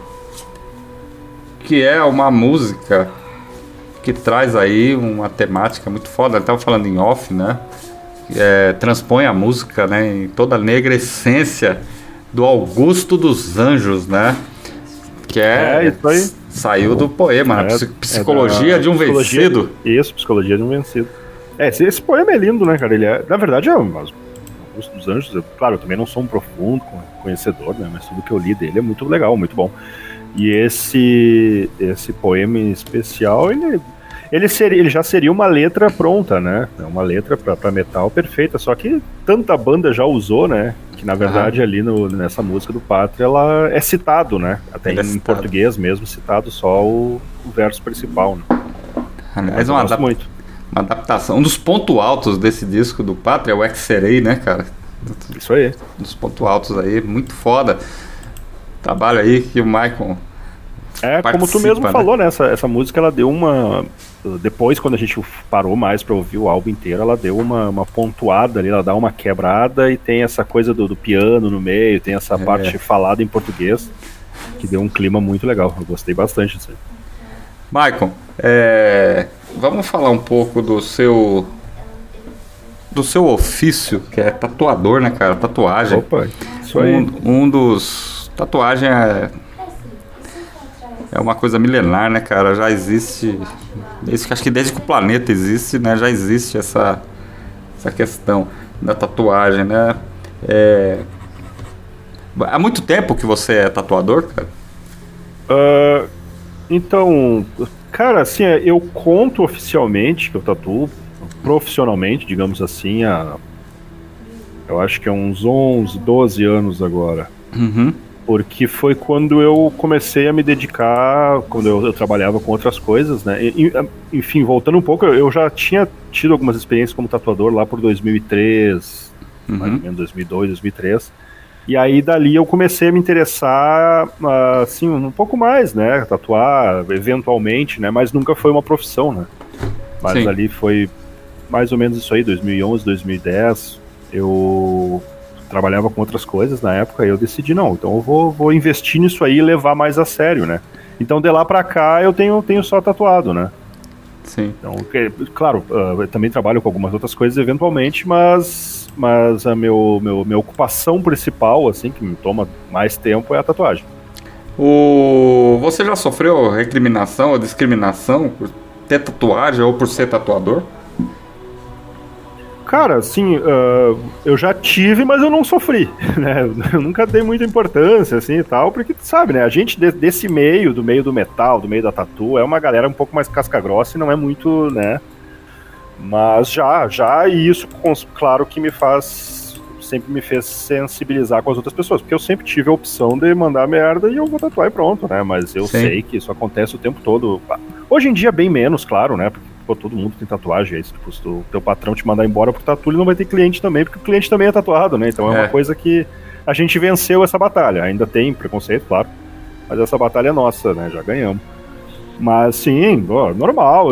que é uma música que traz aí uma temática muito foda. Eu tava falando em off, né? Transpõe a música, né, em toda a negra essência do Augusto dos Anjos, né? Que isso aí. Saiu do poema, né? Psicologia de um Vencido. Isso, Psicologia de um Vencido. Esse poema é lindo, né, cara? Ele na verdade, Augusto dos Anjos, claro, eu também não sou um profundo conhecedor, né? Mas tudo que eu li dele é muito legal, muito bom. E esse poema em especial, ele já seria uma letra pronta, né? Uma letra pra metal perfeita, só que tanta banda já usou, né? Que na verdade ali nessa música do Pátria ela é citado, né? Até em português mesmo, citado só o verso principal, né? Aliás, uma adaptação. Um dos pontos altos desse disco do Pátria é o Exerei, né, cara? Isso aí. Um dos pontos altos aí, muito foda. Trabalho aí que o Michael como tu mesmo falou, né? Essa música ela deu uma... Depois, quando a gente parou mais pra ouvir o álbum inteiro, ela deu uma pontuada ali, ela dá uma quebrada e tem essa coisa do piano no meio, tem essa parte falada em português, que deu um clima muito legal. Eu gostei bastante disso aí. Michael, vamos falar um pouco do seu ofício, que é tatuador, né, cara? Tatuagem. Opa, isso aí. Um dos... Tatuagem é uma coisa milenar, né, cara? Já existe... Acho que desde que o planeta existe, né? Já existe essa questão da tatuagem, né? Há muito tempo que você é tatuador, cara? Então, cara, assim, eu conto oficialmente que eu tatuo profissionalmente, digamos assim, eu acho que é uns 11, 12 anos agora. Uhum. Porque foi quando eu comecei a me dedicar, quando eu trabalhava com outras coisas, né? Enfim, voltando um pouco, eu já tinha tido algumas experiências como tatuador lá por 2003, mais ou menos 2002, 2003. E aí dali eu comecei a me interessar, assim, um pouco mais, né? Tatuar, eventualmente, né? Mas nunca foi uma profissão, né? Mas Sim. Ali foi mais ou menos isso aí, 2011, 2010. Eu trabalhava com outras coisas na época e eu decidi, não, então eu vou investir nisso aí e levar mais a sério, né? Então de lá pra cá eu tenho só tatuado, né? Sim. Então, claro, eu também trabalho com algumas outras coisas eventualmente, mas a minha ocupação principal, assim, que me toma mais tempo, é a tatuagem. Você já sofreu recriminação ou discriminação por ter tatuagem ou por ser tatuador? Cara, assim, eu já tive, mas eu não sofri, né? Eu nunca dei muita importância, assim, e tal, porque, sabe, né? A gente desse meio, do meio do metal, do meio da tatu, é uma galera um pouco mais casca-grossa e não é muito, né? Mas já, e isso, claro, que sempre me fez sensibilizar com as outras pessoas, porque eu sempre tive a opção de mandar merda e eu vou tatuar e pronto, né? Mas eu Sim. sei que isso acontece o tempo todo. Hoje em dia, bem menos, claro, né? Porque todo mundo tem tatuagem, aí se o teu patrão te mandar embora pro tatu, ele não vai ter cliente também, porque o cliente também é tatuado, né? Então é uma coisa que a gente venceu essa batalha. Ainda tem preconceito, claro, mas essa batalha é nossa, né? Já ganhamos. Mas sim, normal.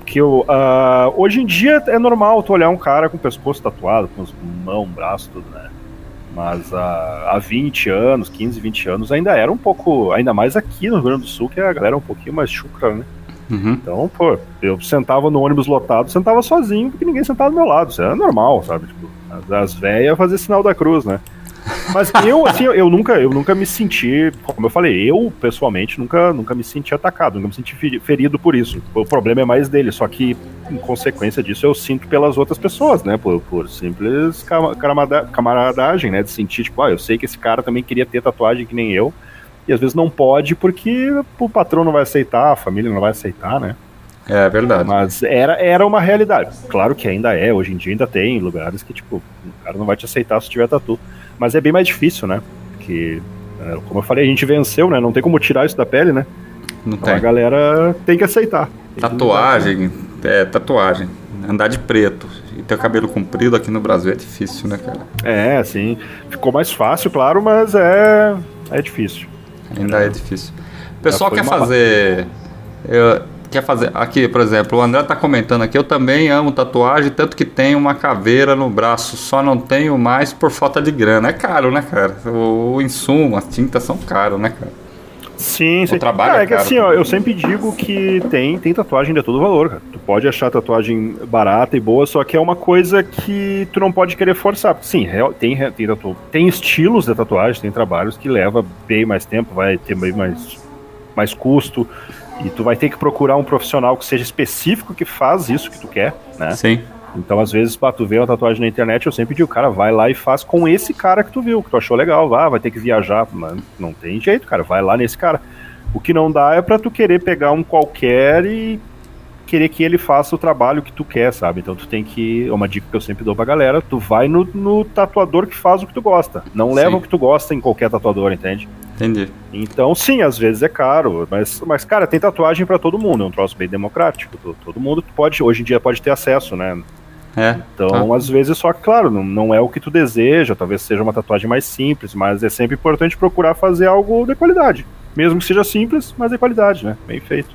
Hoje em dia é normal tu olhar um cara com o pescoço tatuado, com as mãos, braço, tudo, né? Mas há 20 anos, 15, 20 anos, ainda era um pouco, ainda mais aqui no Rio Grande do Sul, que a galera é um pouquinho mais chucra, né? Uhum. Então, pô, eu sentava no ônibus lotado, sentava sozinho, porque ninguém sentava do meu lado, isso era normal, sabe? Tipo, as velhas fazer sinal da cruz, né? Mas eu nunca me senti, como eu falei, eu pessoalmente nunca me senti atacado, nunca me senti ferido por isso. O problema é mais dele, só que em consequência disso eu sinto pelas outras pessoas, né? Por simples camaradagem, né? De sentir, tipo, eu sei que esse cara também queria ter tatuagem que nem eu, e às vezes não pode porque o patrão não vai aceitar, a família não vai aceitar, né? É verdade. Mas era uma realidade. Claro que ainda é, hoje em dia ainda tem lugares que, tipo, o cara não vai te aceitar se tiver tatu. Mas é bem mais difícil, né? Porque, como eu falei, a gente venceu, né? Não tem como tirar isso da pele, né? Não então tem. A galera tem que aceitar. Tatuagem, tatuagem. Andar de preto e ter o cabelo comprido aqui no Brasil é difícil, né, cara? É, assim. Ficou mais fácil, claro, mas é difícil. Ainda é difícil. O pessoal quer fazer... Aqui, por exemplo, o André tá comentando aqui, eu também amo tatuagem, tanto que tenho uma caveira no braço, só não tenho mais por falta de grana. É caro, né, cara? O insumo, as tintas são caras, né, cara? Sim. O trabalho é que caro. assim, ó, eu sempre digo que tem tatuagem de todo valor, cara. Tu pode achar tatuagem barata e boa, só que é uma coisa que tu não pode querer forçar. Sim, tem estilos de tatuagem, tem trabalhos que leva bem mais tempo, vai ter bem mais custo. E tu vai ter que procurar um profissional que seja específico, que faz isso que tu quer, né? Sim. Então, às vezes, pra tu ver uma tatuagem na internet, eu sempre digo, cara, vai lá e faz com esse cara que tu viu, que tu achou legal, vai ter que viajar, mas não tem jeito, cara, vai lá nesse cara. O que não dá é pra tu querer pegar um qualquer e querer que ele faça o trabalho que tu quer, sabe? Então tu tem que, uma dica que eu sempre dou pra galera, tu vai no tatuador que faz o que tu gosta, não leva o que tu gosta em qualquer tatuador, entende? Entendi. Então, sim, às vezes é caro, mas cara, tem tatuagem pra todo mundo, é um troço bem democrático, todo mundo hoje em dia pode ter acesso, né? Então, às vezes, só que, claro, não é o que tu deseja, talvez seja uma tatuagem mais simples, mas é sempre importante procurar fazer algo de qualidade, mesmo que seja simples, mas de qualidade, né? Bem feito.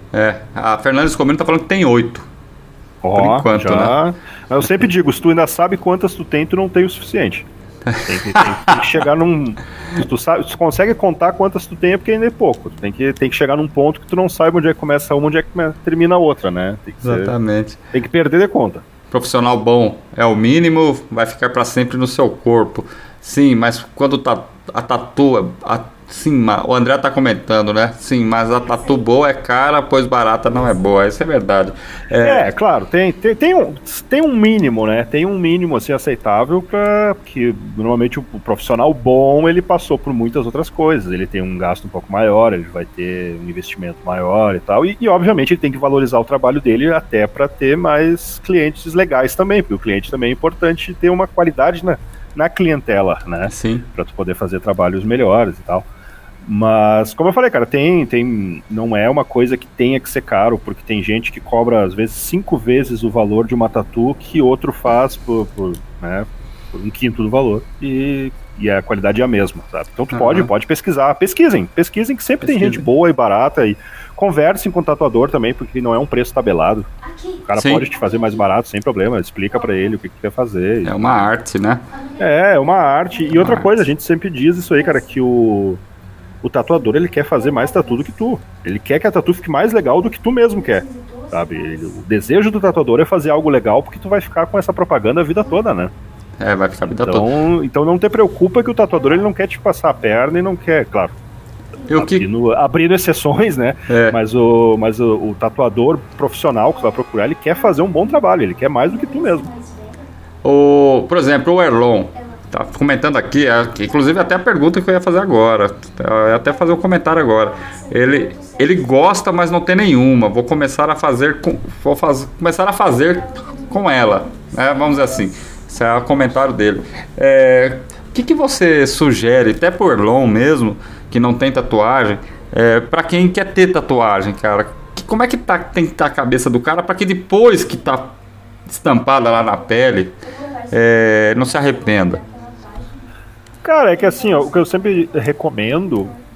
A Fernandes Comino tá falando que tem 8. Por enquanto, né? Mas eu sempre digo, se tu ainda sabe quantas tu tem, tu não tem o suficiente. Tem que chegar num... Se tu consegue contar quantas tu tem, é porque ainda é pouco. Tu tem que chegar num ponto que tu não saiba onde é que começa uma, onde é que termina a outra, né? Exatamente. Tem que perder de conta. Profissional bom é o mínimo, vai ficar para sempre no seu corpo. Sim, mas quando a tatu... Sim, o André tá comentando, né? Sim, mas a tatu boa é cara, pois barata não é boa. Isso é verdade. Claro, tem um mínimo, né? Tem um mínimo assim aceitável para que normalmente o profissional bom, ele passou por muitas outras coisas. Ele tem um gasto um pouco maior, ele vai ter um investimento maior e tal. E obviamente ele tem que valorizar o trabalho dele até para ter mais clientes legais também, porque o cliente também é importante ter uma qualidade na clientela, né? Sim. Para tu poder fazer trabalhos melhores e tal. Mas, como eu falei, cara, não é uma coisa que tenha que ser caro, porque tem gente que cobra, às vezes, 5 vezes o valor de uma tatu que outro faz por 1/5 do valor, e a qualidade é a mesma, sabe? Então tu pode pesquisar, pesquisem que sempre tem gente boa e barata, e conversem com o tatuador também, porque não é um preço tabelado. O cara pode te fazer mais barato, sem problema, explica pra ele o que quer fazer. É uma arte, né? É uma arte. E outra coisa, a gente sempre diz isso aí, cara, que o tatuador, ele quer fazer mais tatu do que tu. Ele quer que a tatu fique mais legal do que tu mesmo quer, sabe? O desejo do tatuador é fazer algo legal, porque tu vai ficar com essa propaganda a vida toda, né? Vai ficar a vida toda. Então não te preocupa que o tatuador, ele não quer te passar a perna e não quer, claro, abrindo exceções, né? Mas o tatuador profissional que tu vai procurar, ele quer fazer um bom trabalho, ele quer mais do que tu mesmo. Por exemplo, o Erlon tá comentando aqui, inclusive até a pergunta que eu ia fazer agora, eu ia até fazer um comentário agora. Ele gosta, mas não tem nenhuma. Vou começar a fazer com ela, né? Vamos dizer assim. Esse é o comentário dele. O que você sugere, até por Erlon mesmo, que não tem tatuagem, para quem quer ter tatuagem, cara? Como é que tem que estar a cabeça do cara para que depois que tá estampada lá na pele, não se arrependa? Cara, é que assim, ó, o que eu sempre recomendo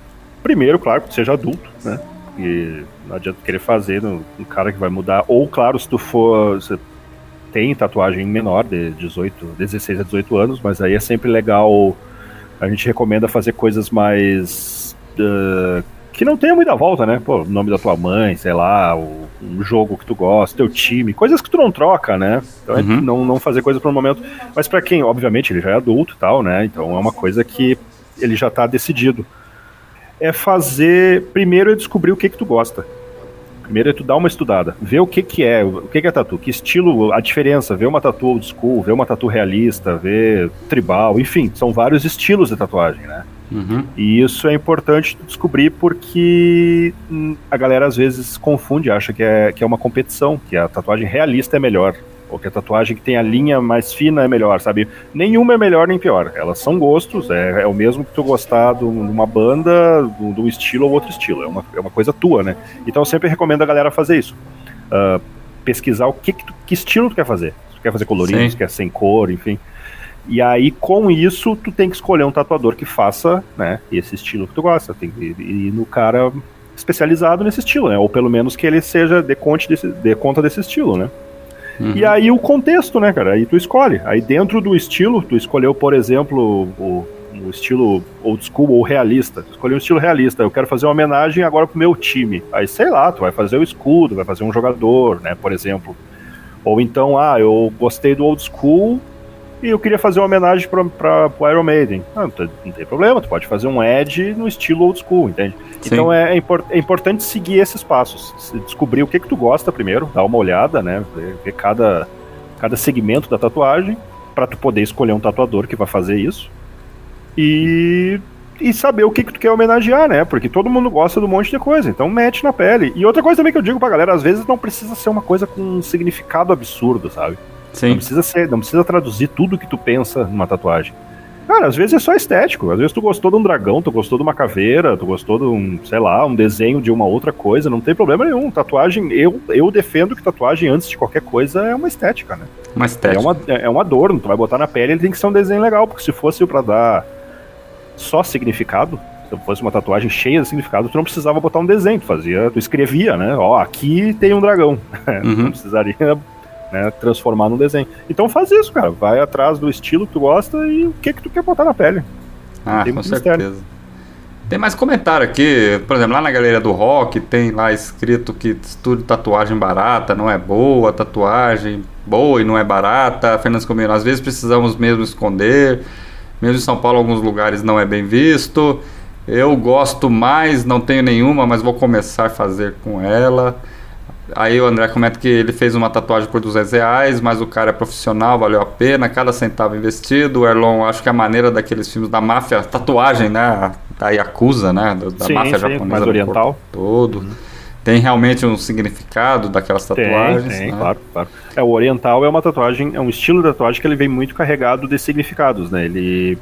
Primeiro, claro, que seja adulto, né? E não adianta querer fazer um cara que vai mudar. Ou, claro, se tu for... Você tem tatuagem menor, de 16 a 18 anos, mas aí é sempre legal... A gente recomenda fazer coisas mais... que não tenha muita volta, né? Pô, o nome da tua mãe, sei lá, um jogo que tu gosta, teu time, coisas que tu não troca, né? Então é não fazer coisa pro momento. Mas pra quem, obviamente, ele já é adulto e tal, né? Então é uma coisa que ele já tá decidido. É fazer... Primeiro é descobrir o que tu gosta. Primeiro é tu dar uma estudada, ver o que é tatu, que estilo, a diferença, ver uma tatu old school, ver uma tatu realista, ver tribal, enfim, são vários estilos de tatuagem, né? E isso é importante descobrir porque a galera às vezes confunde, acha que é uma competição, que a tatuagem realista é melhor, ou que a tatuagem que tem a linha mais fina é melhor, sabe? Nenhuma é melhor nem pior, elas são gostos, é o mesmo que tu gostar de uma banda, de um estilo ou outro estilo, é uma coisa tua, né? Então eu sempre recomendo a galera fazer isso, pesquisar que estilo tu quer fazer, se tu quer fazer colorido, se quer sem cor, enfim. E aí, com isso, tu tem que escolher um tatuador que faça, né, esse estilo que tu gosta. Tem que ir no cara especializado nesse estilo, né? Ou pelo menos que ele seja dê conta desse estilo, né? E aí o contexto, né, cara? Aí tu escolhe. Aí dentro do estilo, tu escolheu, por exemplo, o estilo old school ou realista. Tu escolheu um estilo realista. Eu quero fazer uma homenagem agora pro meu time. Aí, sei lá, tu vai fazer o escudo, vai fazer um jogador, né, por exemplo. Ou então, eu gostei do old school e eu queria fazer uma homenagem pro Iron Maiden. Não tem problema, tu pode fazer um Edge no estilo old school, entende? Sim. Então é importante seguir esses passos, descobrir o que tu gosta primeiro, dar uma olhada, né, ver cada segmento da tatuagem, pra tu poder escolher um tatuador que vai fazer isso, e saber o que tu quer homenagear, né, porque todo mundo gosta de um monte de coisa, então mete na pele. E outra coisa também que eu digo pra galera, às vezes não precisa ser uma coisa com um significado absurdo, sabe? Sim. Não precisa traduzir tudo que tu pensa numa tatuagem. Cara, às vezes é só estético. Às vezes tu gostou de um dragão, tu gostou de uma caveira, tu gostou de um desenho de uma outra coisa, não tem problema nenhum. Tatuagem, eu defendo que tatuagem, antes de qualquer coisa, é uma estética, né? Uma estética. É um adorno, tu vai botar na pele, ele tem que ser um desenho legal, porque se fosse pra dar só significado, se fosse uma tatuagem cheia de significado, tu não precisava botar um desenho, tu escrevia, né? Aqui tem um dragão. Não precisaria... né, transformar num desenho. Então faz isso, cara. Vai atrás do estilo que tu gosta e o que tu quer botar na pele. Com certeza. Tem mais comentário aqui. Por exemplo, lá na Galeria do Rock tem lá escrito que estudo tatuagem barata não é boa, tatuagem boa e não é barata. Fernando Comino, às vezes precisamos mesmo esconder. Mesmo em São Paulo, alguns lugares não é bem visto. Eu gosto mais, não tenho nenhuma, mas vou começar a fazer com ela. Aí o André comenta que ele fez uma tatuagem por R$200, mas o cara é profissional, valeu a pena, cada centavo investido. O Erlon, acho que a maneira daqueles filmes da máfia, tatuagem, né, da Yakuza, né, da máfia japonesa, mais oriental todo. Tem realmente um significado daquelas tatuagens? Tem, né? Claro. O oriental é uma tatuagem, é um estilo de tatuagem que ele vem muito carregado de significados, né, ele...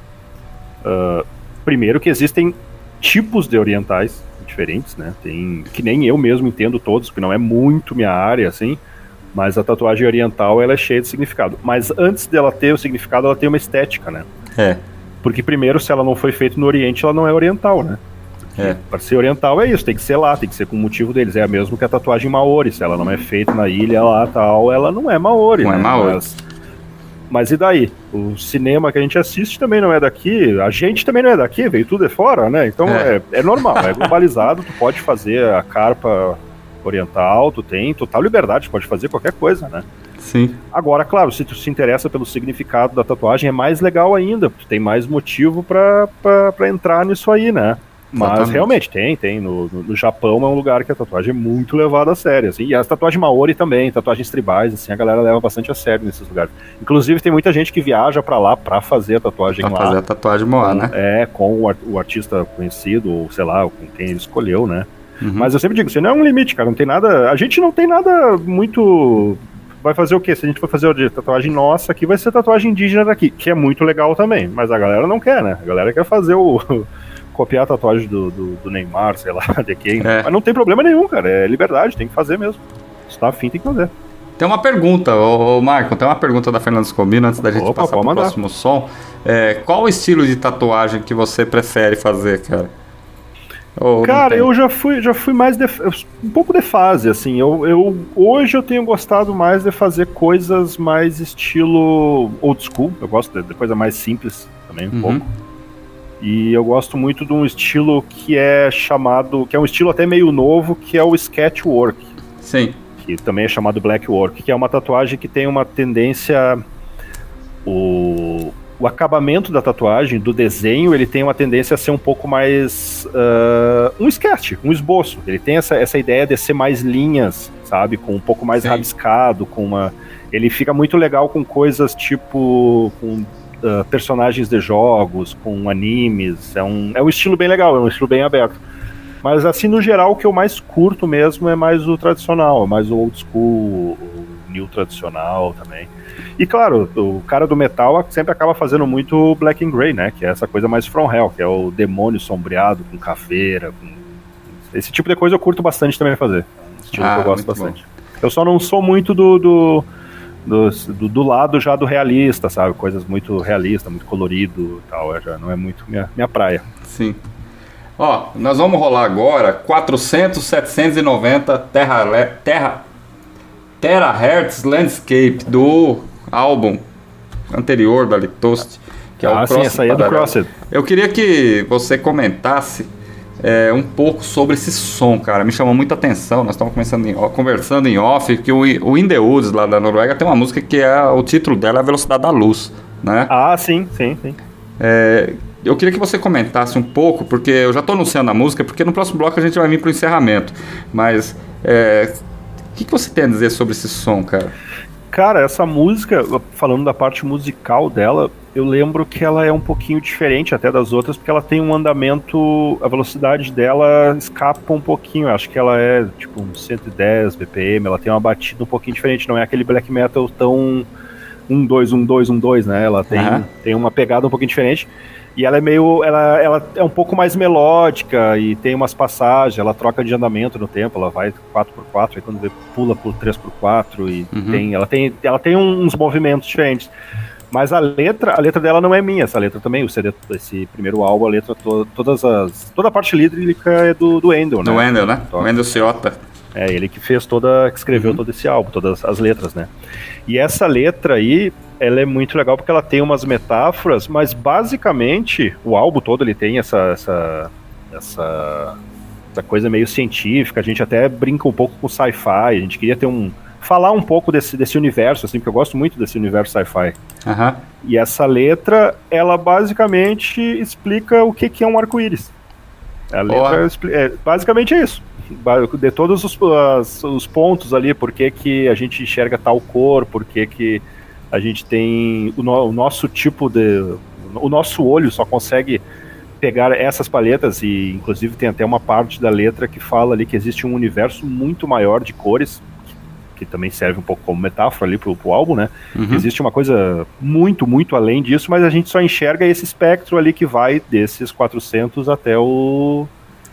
primeiro que existem tipos de orientais diferentes, né? Tem, que nem eu mesmo entendo todos, porque não é muito minha área, assim, mas a tatuagem oriental, ela é cheia de significado. Mas antes dela ter o significado, ela tem uma estética, né? Porque primeiro, se ela não foi feita no Oriente, ela não é oriental, né? Para ser oriental é isso, tem que ser lá, tem que ser com o motivo deles. É a mesma que a tatuagem maori, se ela não é feita na ilha lá, tal, ela não é maori. Não, né? É maori. Mas e daí? O cinema que a gente assiste também não é daqui, a gente também não é daqui, veio tudo de fora, né? Então é normal, é globalizado, tu pode fazer a carpa oriental, tu tem total liberdade, tu pode fazer qualquer coisa, né? Sim. Agora, claro, se tu se interessa pelo significado da tatuagem, é mais legal ainda, tu tem mais motivo pra entrar nisso aí, né? Mas exatamente. Realmente tem. No Japão é um lugar que a tatuagem é muito levada a sério, assim, e as tatuagens maori também, tatuagens tribais, assim, a galera leva bastante a sério nesses lugares. Inclusive tem muita gente que viaja pra lá pra fazer a tatuagem lá. Pra fazer a tatuagem moá, né? Com o artista conhecido, ou sei lá, com quem ele escolheu, né? Mas eu sempre digo, isso não é um limite, cara, não tem nada, a gente não tem nada muito... Vai fazer o quê? Se a gente for fazer de tatuagem nossa aqui, vai ser tatuagem indígena daqui, que é muito legal também, mas a galera não quer, né? A galera quer fazer copiar a tatuagem do Neymar, sei lá, de quem. Mas não tem problema nenhum, cara. É liberdade, tem que fazer mesmo. Se tá afim, tem que fazer. Tem uma pergunta, Marco, tem uma pergunta da Fernanda Scomino, antes da gente passar pro próximo som. Qual o estilo de tatuagem que você prefere fazer, cara? Cara, eu já fui mais um pouco de fase, assim. Hoje eu tenho gostado mais de fazer coisas mais estilo old school. Eu gosto de coisa mais simples também, um pouco. E eu gosto muito de um estilo que é um estilo até meio novo, que é o sketchwork. Sim. Que também é chamado blackwork, que é uma tatuagem que tem uma tendência... O acabamento da tatuagem, do desenho, ele tem uma tendência a ser um pouco mais... um sketch, um esboço. Ele tem essa ideia de ser mais linhas, sabe? Com um pouco mais rabiscado, Ele fica muito legal com coisas tipo... com personagens de jogos, com animes. É um estilo bem legal, é um estilo bem aberto. Mas assim, no geral, o que eu mais curto mesmo é mais o tradicional, é mais o old school, o new tradicional também. E claro, o cara do metal sempre acaba fazendo muito black and grey, né? Que é essa coisa mais from hell, que é o demônio sombreado com caveira. Esse tipo de coisa eu curto bastante também fazer. É um estilo que eu gosto bastante. Bom. Eu só não sou muito do lado já do realista, sabe? Coisas muito realistas, muito colorido e tal. Já não é muito minha praia. Sim. Ó, nós vamos rolar agora 400-790 Terahertz Landscape do álbum anterior da Litost, que é o sim, essa aí é do Crossed. Eu queria que você comentasse um pouco sobre esse som, cara. Me chamou muita atenção. Nós estamos conversando em off que o In The Woods, lá da Noruega, tem uma música que o título dela é A Velocidade da Luz, né? Ah, sim. Eu queria que você comentasse um pouco, porque eu já estou anunciando a música, porque no próximo bloco a gente vai vir para o encerramento. Mas o que você tem a dizer sobre esse som, cara? Cara, essa música, falando da parte musical dela, eu lembro que ela é um pouquinho diferente até das outras, porque ela tem um andamento, a velocidade dela escapa um pouquinho, eu acho que ela é tipo uns 110 BPM, ela tem uma batida um pouquinho diferente, não é aquele black metal tão 1-2-1-2-1-2, né? Ela tem uma pegada um pouquinho diferente. E ela ela é um pouco mais melódica e tem umas passagens, ela troca de andamento no tempo, ela vai 4x4, aí quando vê, pula por 3x4 e ela tem uns movimentos diferentes. Mas a letra dela não é minha, essa letra também, o CD, esse primeiro álbum, a letra, toda a parte lírica é do Endel, né? Do Endel, né? O Endel Ciota. É ele que escreveu todo esse álbum, todas as letras, né? E essa letra aí, ela é muito legal porque ela tem umas metáforas, mas basicamente o álbum todo ele tem essa coisa meio científica. A gente até brinca um pouco com sci-fi, a gente queria falar um pouco desse universo, assim, porque eu gosto muito desse universo sci-fi. E essa letra, ela basicamente explica o que é um arco-íris. A letra basicamente é isso. De todos os pontos ali, por que a gente enxerga tal cor, por que a gente tem o nosso tipo o nosso olho só consegue pegar essas paletas, e inclusive tem até uma parte da letra que fala ali que existe um universo muito maior de cores, que também serve um pouco como metáfora ali pro álbum, né? Existe uma coisa muito, muito além disso, mas a gente só enxerga esse espectro ali que vai desses 400 até o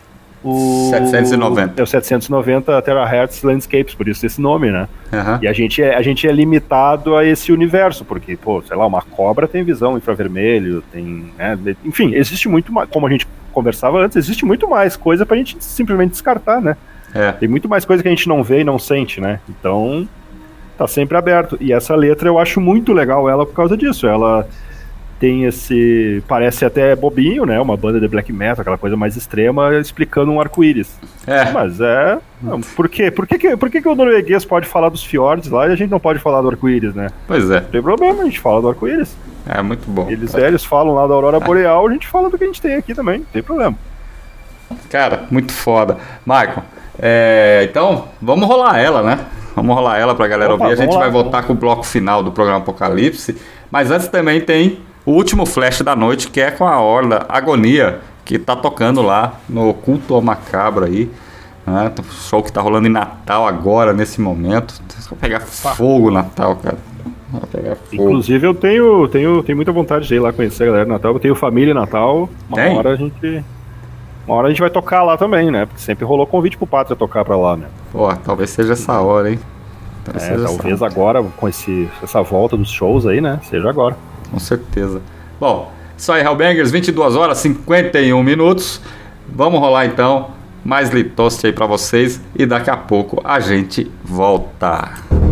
790. É o 790 Terahertz Landscapes, por isso esse nome, né? E a gente é limitado a esse universo, porque, sei lá, uma cobra tem visão infravermelho, tem, né? Enfim, existe muito mais, como a gente conversava antes, existe muito mais coisa pra gente simplesmente descartar, né? Tem muito mais coisa que a gente não vê e não sente, né? Então, tá sempre aberto. E essa letra eu acho muito legal ela por causa disso. Ela tem parece até bobinho, né? Uma banda de black metal, aquela coisa mais extrema, explicando um arco-íris. Mas por quê? Por que o norueguês pode falar dos fiordes lá e a gente não pode falar do arco-íris, né? Pois é. Não tem problema, a gente fala do arco-íris. É muito bom. Eles falam lá da aurora boreal, a gente fala do que a gente tem aqui também, não tem problema. Cara, muito foda. Michael, então, vamos rolar ela, né? Vamos rolar ela pra galera ouvir. A gente vai voltar com o bloco final do programa Apocalipse. Mas antes também tem o último flash da noite, que é com a Horda Agonia, que tá tocando lá no Culto ao Macabro aí, né? Show que tá rolando em Natal agora, nesse momento. Vai pegar fogo Natal, cara. Vai pegar fogo. Inclusive eu tenho muita vontade de ir lá conhecer a galera do Natal. Eu tenho família em Natal. Uma hora a gente vai tocar lá também, né? Porque sempre rolou convite pro Pátria tocar pra lá, né? Pô, talvez seja essa hora, hein? Talvez agora, com essa volta dos shows aí, né? Seja agora. Com certeza. Bom, isso aí, Hellbangers, 22 horas 51 minutos. Vamos rolar então mais Litoste aí pra vocês e daqui a pouco a gente volta.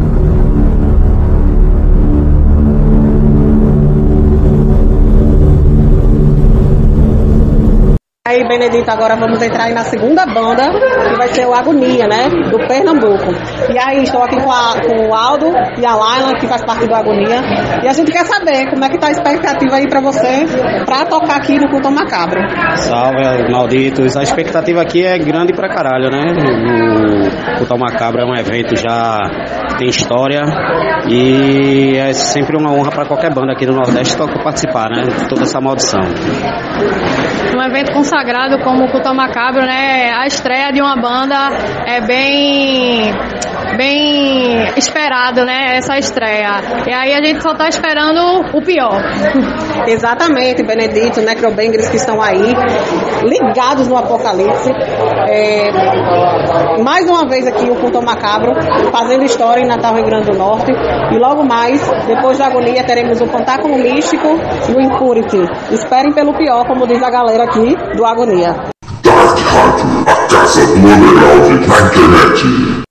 Aí, Benedito, agora vamos entrar aí na segunda banda, que vai ser o Agonia, né, do Pernambuco. E aí, estou aqui com o Aldo e a Laila, que faz parte do Agonia. E a gente quer saber como é que tá a expectativa aí pra você, pra tocar aqui no Culto Macabro. Salve, malditos. A expectativa aqui é grande pra caralho, né? O Culto Macabro é um evento já que tem história e é sempre uma honra pra qualquer banda aqui do Nordeste participar, né? De toda essa maldição. Um evento consagrado como o Culto Macabro, né? A estreia de uma banda é bem esperado, né? Essa estreia. E aí a gente só tá esperando o pior. Exatamente, Benedito, Necrobangers que estão aí, ligados no Apocalipse. Mais uma vez aqui o Culto Macabro, fazendo história em Natal, Rio Grande do Norte. E logo mais, depois da Agonia, teremos o Pantáculo Místico e o Impurity. Esperem pelo pior, como diz a galera aqui do Agonia. Dark Rádio, a casa do underground na internet.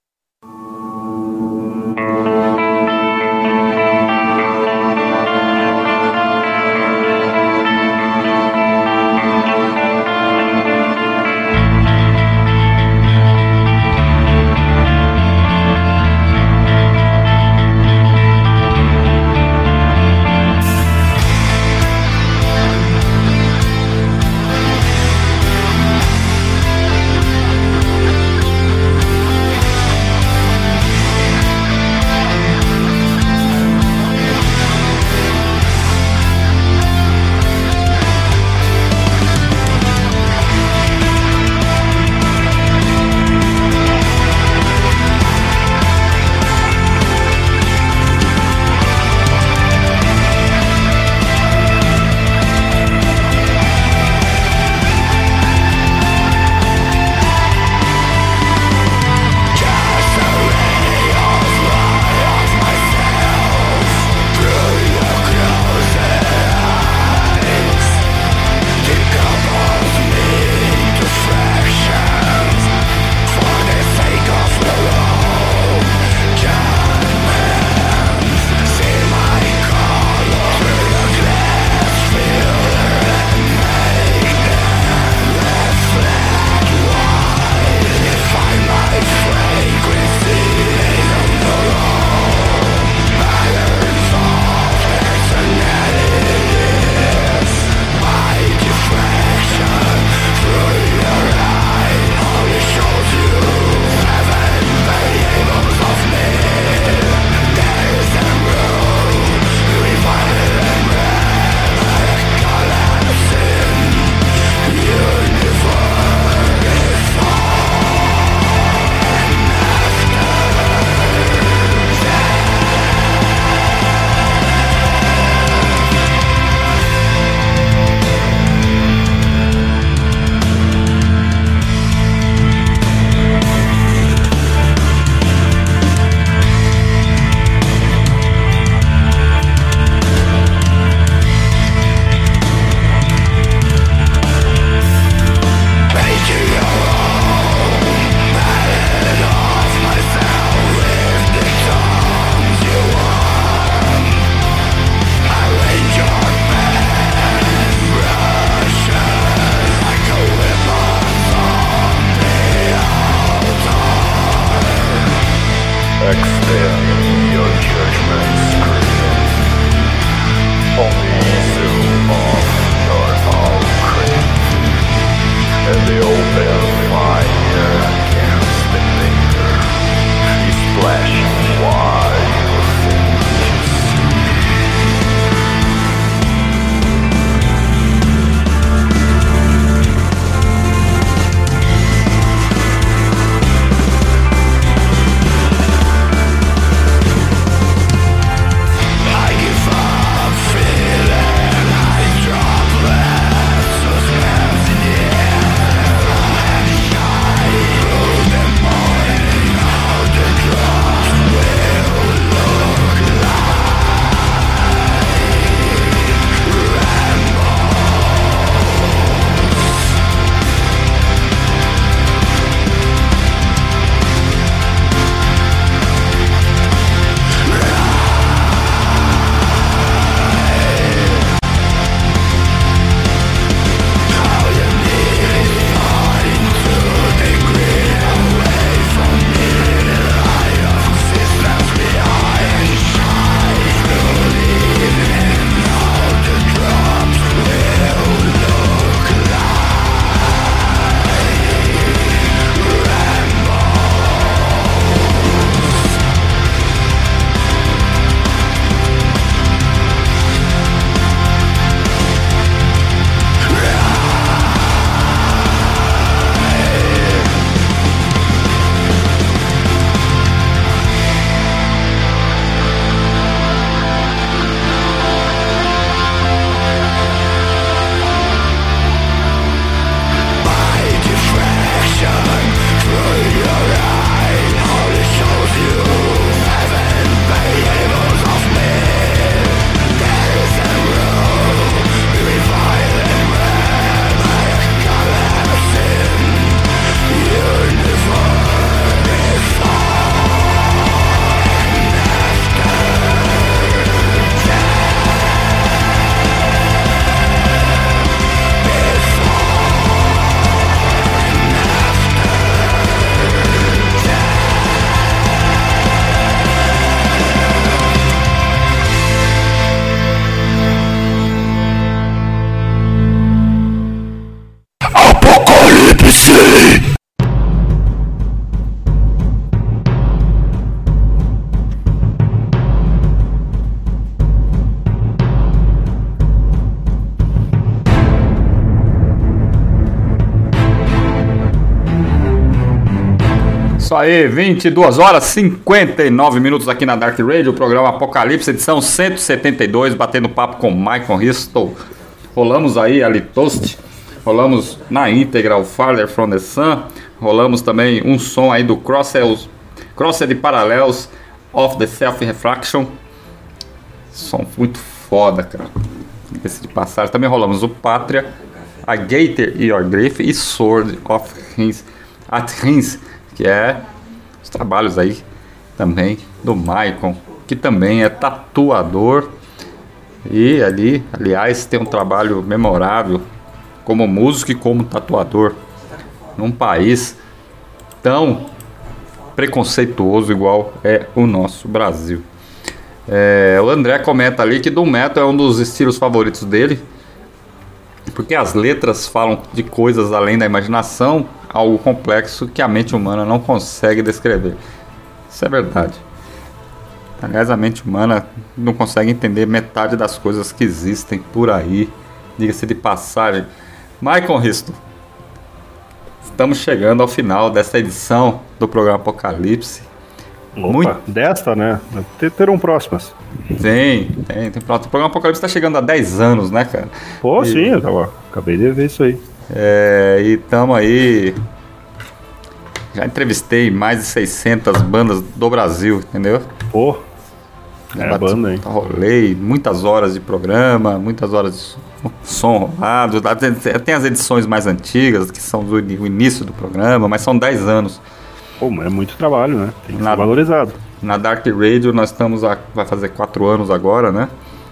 Isso aí, 22 horas 59 minutos aqui na Dark Radio, o programa Apocalipse, edição 172, batendo papo com Michael Ristel. Rolamos aí a Litoast, rolamos na íntegra o Farther From The Sun, rolamos também um som aí do Crossed Parallels of the Self-Refraction. Som muito foda, cara. Esse de passagem. Também rolamos o Pátria, A Gator e Your Grief e Sword of at Rins, que é os trabalhos aí também do Maicon, que também é tatuador e ali, aliás, tem um trabalho memorável como músico e como tatuador num país tão preconceituoso igual é o nosso Brasil. O André comenta ali que Doom Metal é um dos estilos favoritos dele, porque as letras falam de coisas além da imaginação, algo complexo que a mente humana não consegue descrever. Isso é verdade. Aliás, a mente humana não consegue entender metade das coisas que existem por aí. Diga-se de passagem. Michael Ristel, estamos chegando ao final dessa edição do programa Apocalipse. Opa, desta, né? Terão próximas. Tem próximo. O programa Apocalipse está chegando a 10 anos, né, cara? Pô, sim, eu acabei de ver isso aí. E estamos aí. Já entrevistei mais de 600 bandas do Brasil, entendeu? Pô, banda, hein? Rolei muitas horas de programa, muitas horas de som rolado. Tem as edições mais antigas, que são do início do programa, mas são 10 anos. Pô, mas é muito trabalho, né? Tem que ser valorizado. Na Dark Radio nós estamos, vai fazer 4 anos agora, né?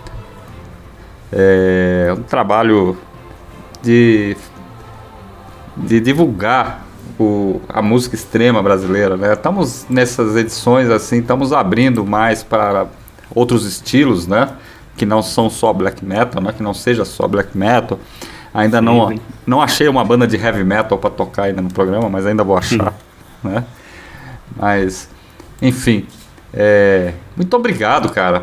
É um trabalho de divulgar a música extrema brasileira, né? Estamos nessas edições assim, estamos abrindo mais para outros estilos, né? Que não são só black metal, né? Que não seja só black metal. Ainda não achei uma banda de heavy metal para tocar ainda no programa, mas ainda vou achar, né? Mas, enfim, muito obrigado, cara,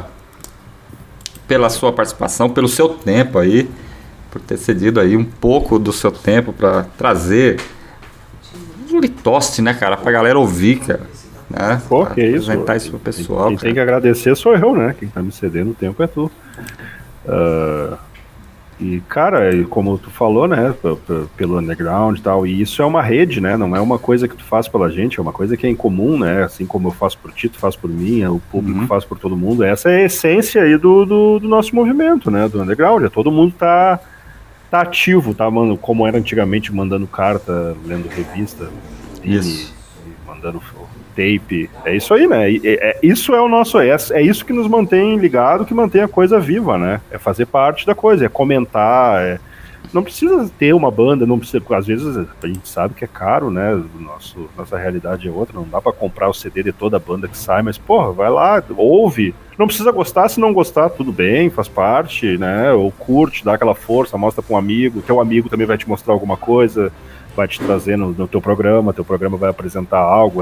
pela sua participação, pelo seu tempo aí, por ter cedido aí um pouco do seu tempo para trazer um Litoast, né, cara, pra galera ouvir, cara, né? Pô, que isso? Apresentar isso pro pessoal. Quem tem que agradecer sou eu, né? Quem tá me cedendo o tempo é tu. E, cara, como tu falou, né, pelo underground e tal, e isso é uma rede, né, não é uma coisa que tu faz pela gente, é uma coisa que é em comum, né, assim como eu faço por ti, tu faz por mim, o público faz por todo mundo. Essa é a essência aí do nosso movimento, né, do underground. Todo mundo tá ativo, tá, mano, como era antigamente, mandando carta, lendo revista, e mandando tape. É isso aí, né? Isso é o nosso. É isso que nos mantém ligado, que mantém a coisa viva, né? É fazer parte da coisa, é comentar. Não precisa ter uma banda, não precisa. Às vezes a gente sabe que é caro, né? Nossa realidade é outra, não dá pra comprar o CD de toda a banda que sai, mas, porra, vai lá, ouve. Não precisa gostar, se não gostar, tudo bem, faz parte, né? Ou curte, dá aquela força, mostra pra um amigo, teu amigo também vai te mostrar alguma coisa, vai te trazer no teu programa vai apresentar algo,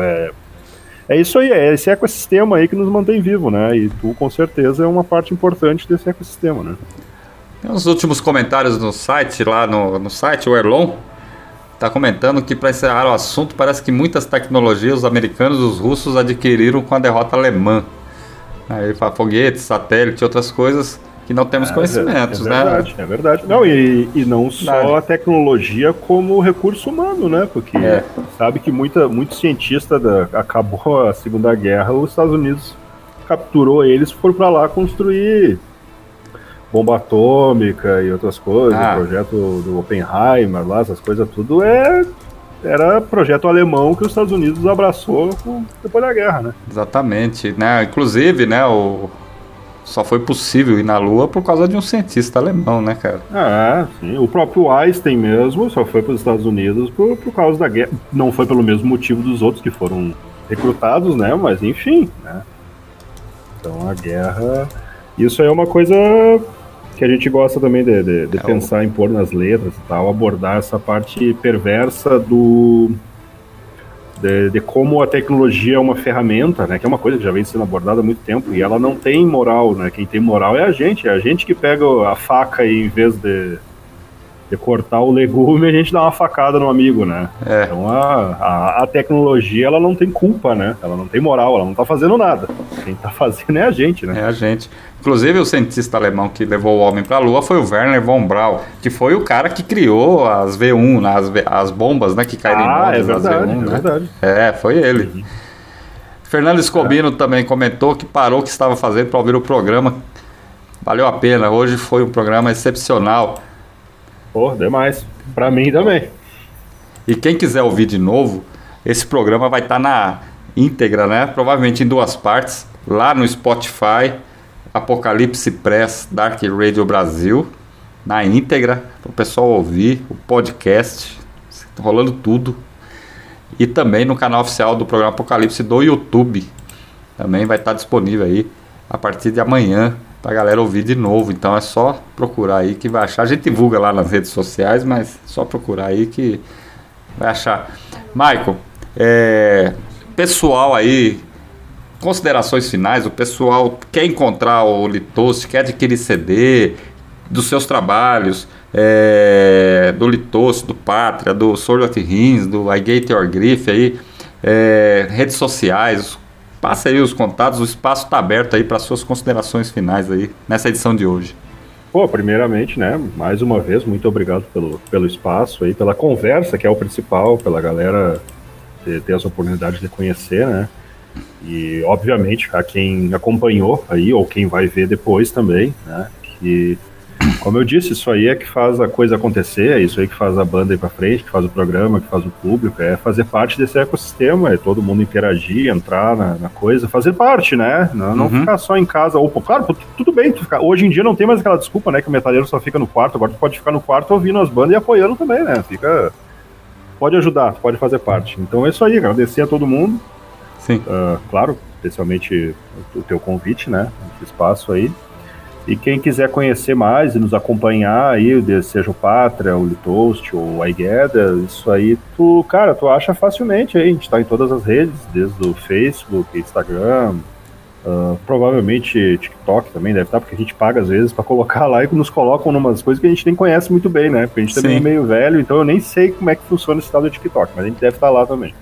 É isso aí, é esse ecossistema aí que nos mantém vivo, né? E tu, com certeza, é uma parte importante desse ecossistema, né? Tem uns últimos comentários no site, lá no site, o Erlon tá comentando que, para encerrar o assunto, parece que muitas tecnologias os americanos e os russos adquiriram com a derrota alemã. Aí fala foguetes, satélite e outras coisas que não temos conhecimentos, né? É verdade. Não, e não só a tecnologia como recurso humano, né? Porque sabe que muito cientista acabou a Segunda Guerra, os Estados Unidos capturou eles e foram para lá construir bomba atômica e outras coisas, o projeto do Oppenheimer lá, essas coisas tudo era projeto alemão que os Estados Unidos abraçou depois da guerra, né? Exatamente, né? Inclusive, né, só foi possível ir na Lua por causa de um cientista alemão, né, cara? Sim. O próprio Einstein mesmo só foi para os Estados Unidos por causa da guerra. Não foi pelo mesmo motivo dos outros que foram recrutados, né? Mas enfim, né? Então a guerra... Isso é uma coisa que a gente gosta também de pensar em pôr nas letras e tal, abordar essa parte perversa de como a tecnologia é uma ferramenta, né, que é uma coisa que já vem sendo abordada há muito tempo, e ela não tem moral, né, quem tem moral é a gente que pega a faca e em vez cortar o legume, a gente dá uma facada no amigo, né? Então a tecnologia, ela não tem culpa, né? Ela não tem moral, ela não tá fazendo nada. Quem tá fazendo é a gente, né? É a gente. Inclusive, o cientista alemão que levou o homem para a Lua foi o Werner von Braun, que foi o cara que criou as V1, as bombas, né, que caíram em Londres, é verdade, V1, né? Verdade. Foi ele. Fernando Escobino também comentou que parou o que estava fazendo para ouvir o programa. Valeu a pena, hoje foi um programa excepcional. Pô, demais. Pra mim também. E quem quiser ouvir de novo, esse programa vai estar na íntegra, né? Provavelmente em 2 partes, lá no Spotify, Apocalipse Press Dark Radio Brasil, na íntegra, para o pessoal ouvir o podcast, rolando tudo. E também no canal oficial do programa Apocalipse do YouTube. Também vai estar disponível aí a partir de amanhã, pra galera ouvir de novo. Então é só procurar aí que vai achar. A gente divulga lá nas redes sociais, mas só procurar aí que vai achar. Michael, pessoal aí, considerações finais. O pessoal quer encontrar o Litoast, quer adquirir CD dos seus trabalhos, do Litoast, do Pátria, do Sword of Rings, do I Gate Your Grief aí, redes sociais. Passa aí os contatos, o espaço está aberto aí para suas considerações finais aí nessa edição de hoje. Pô, primeiramente, né, mais uma vez, muito obrigado pelo espaço aí, pela conversa, que é o principal, pela galera ter essa oportunidade de conhecer, né, e obviamente a quem acompanhou aí, ou quem vai ver depois também, né, que, como eu disse, isso aí é que faz a coisa acontecer, é isso aí que faz a banda ir pra frente, que faz o programa, que faz o público, é fazer parte desse ecossistema, é todo mundo interagir, entrar na coisa, fazer parte, né? Não ficar só em casa, ou, claro, tudo bem, hoje em dia não tem mais aquela desculpa, né, que o metaleiro só fica no quarto, agora tu pode ficar no quarto ouvindo as bandas e apoiando também, né? Pode ajudar, pode fazer parte. Então é isso aí, agradecer a todo mundo. Sim. Claro, especialmente o teu convite, né? Esse espaço aí. E quem quiser conhecer mais e nos acompanhar aí, seja o Pátria, o Litoast, ou o iGather, isso aí, tu acha facilmente aí. A gente tá em todas as redes, desde o Facebook, Instagram, provavelmente TikTok também deve estar, porque a gente paga às vezes pra colocar lá e nos colocam numas coisas que a gente nem conhece muito bem, né? Porque a gente também é meio velho, então eu nem sei como é que funciona esse tal do TikTok, mas a gente deve estar lá também.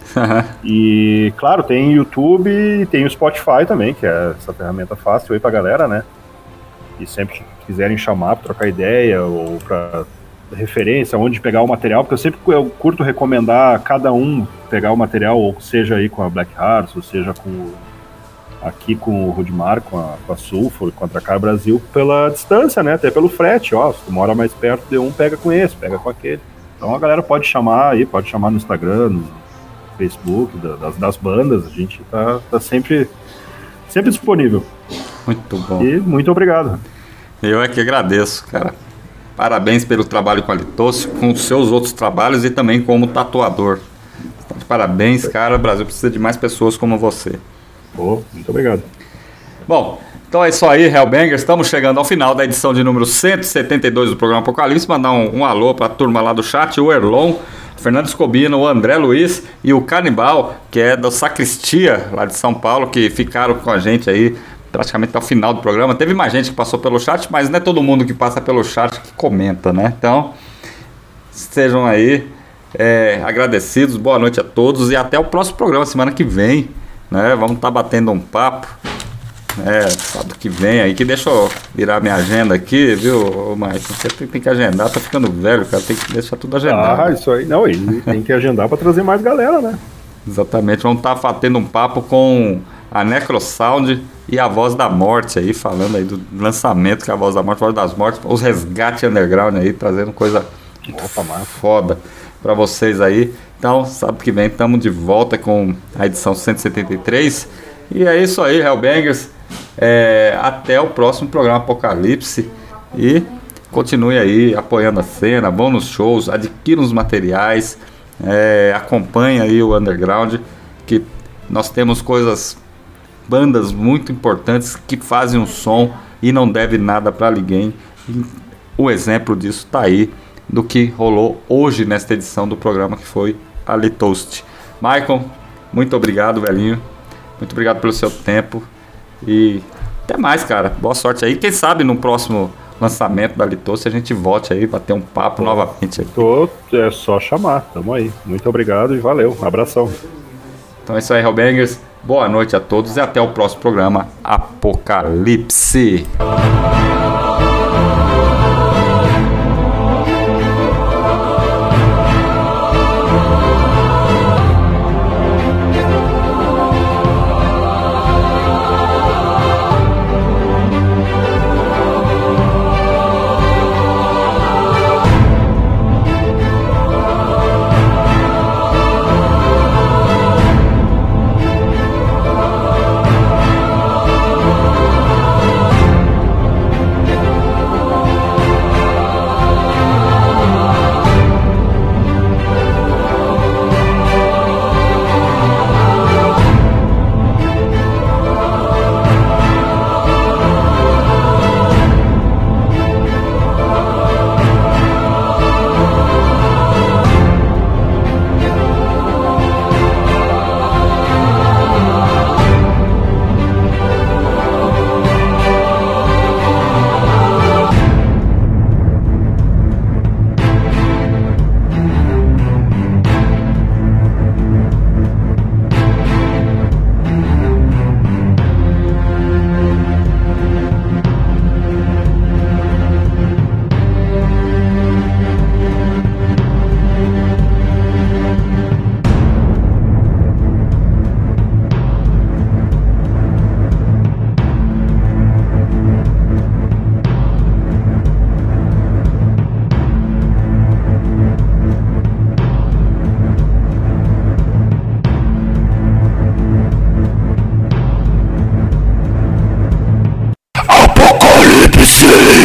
E, claro, tem YouTube e tem o Spotify também, que é essa ferramenta fácil aí pra galera, né? E sempre que quiserem chamar para trocar ideia ou para referência, onde pegar o material, porque eu curto recomendar cada um pegar o material, ou seja aí com a Black Hearts, ou seja aqui com o Rudimar, com a Sulfur, com a Dracar Brasil, pela distância, né? Até pelo frete, se tu mora mais perto de um, pega com esse, pega com aquele. Então a galera pode chamar aí, pode chamar no Instagram, no Facebook, das bandas, a gente tá sempre disponível. Muito bom. E muito obrigado. Eu é que agradeço, cara. Parabéns pelo trabalho com a Litoast, com os seus outros trabalhos e também como tatuador. Parabéns, cara. O Brasil precisa de mais pessoas como você. Muito obrigado. Bom, então é isso aí, Hellbangers. Estamos chegando ao final da edição de número 172 do programa Apocalipse. Mandar um alô para a turma lá do chat, o Erlon, Fernando Escobino, o André Luiz e o Canibal, que é da Sacristia, lá de São Paulo, que ficaram com a gente aí praticamente até o final do programa. Teve mais gente que passou pelo chat, mas não é todo mundo que passa pelo chat que comenta, né? Então, sejam aí agradecidos, boa noite a todos e até o próximo programa, semana que vem, né? Vamos estar batendo um papo, sábado que vem aí, que deixa eu virar minha agenda aqui, viu, Maicon? Você tem que agendar, tá ficando velho, cara, tem que deixar tudo agendado. Isso aí, não, ele tem que agendar para trazer mais galera, né? Exatamente, vamos estar batendo um papo com a Necrosound e a Voz da Morte aí, falando aí do lançamento que é a Voz da Morte, Voz das Mortes, os resgates underground aí, trazendo coisa foda pra vocês aí. Então, sábado que vem estamos de volta com a edição 173. E é isso aí, Hellbangers. Até o próximo programa Apocalipse. E continue aí apoiando a cena, vão nos shows, adquiram os materiais, acompanhe aí o underground, que nós temos bandas muito importantes que fazem um som e não deve nada para ninguém. E o exemplo disso está aí, do que rolou hoje nesta edição do programa, que foi a Litoast. Maicon, muito obrigado, velhinho. Muito obrigado pelo seu tempo. E até mais, cara. Boa sorte aí. Quem sabe no próximo lançamento da Litossi, a gente volte aí para ter um papo novamente aqui. É só chamar, tamo aí. Muito obrigado e valeu, abração. Então é isso aí, Hellbangers. Boa noite a todos e até o próximo programa Apocalipse. Apocalipse!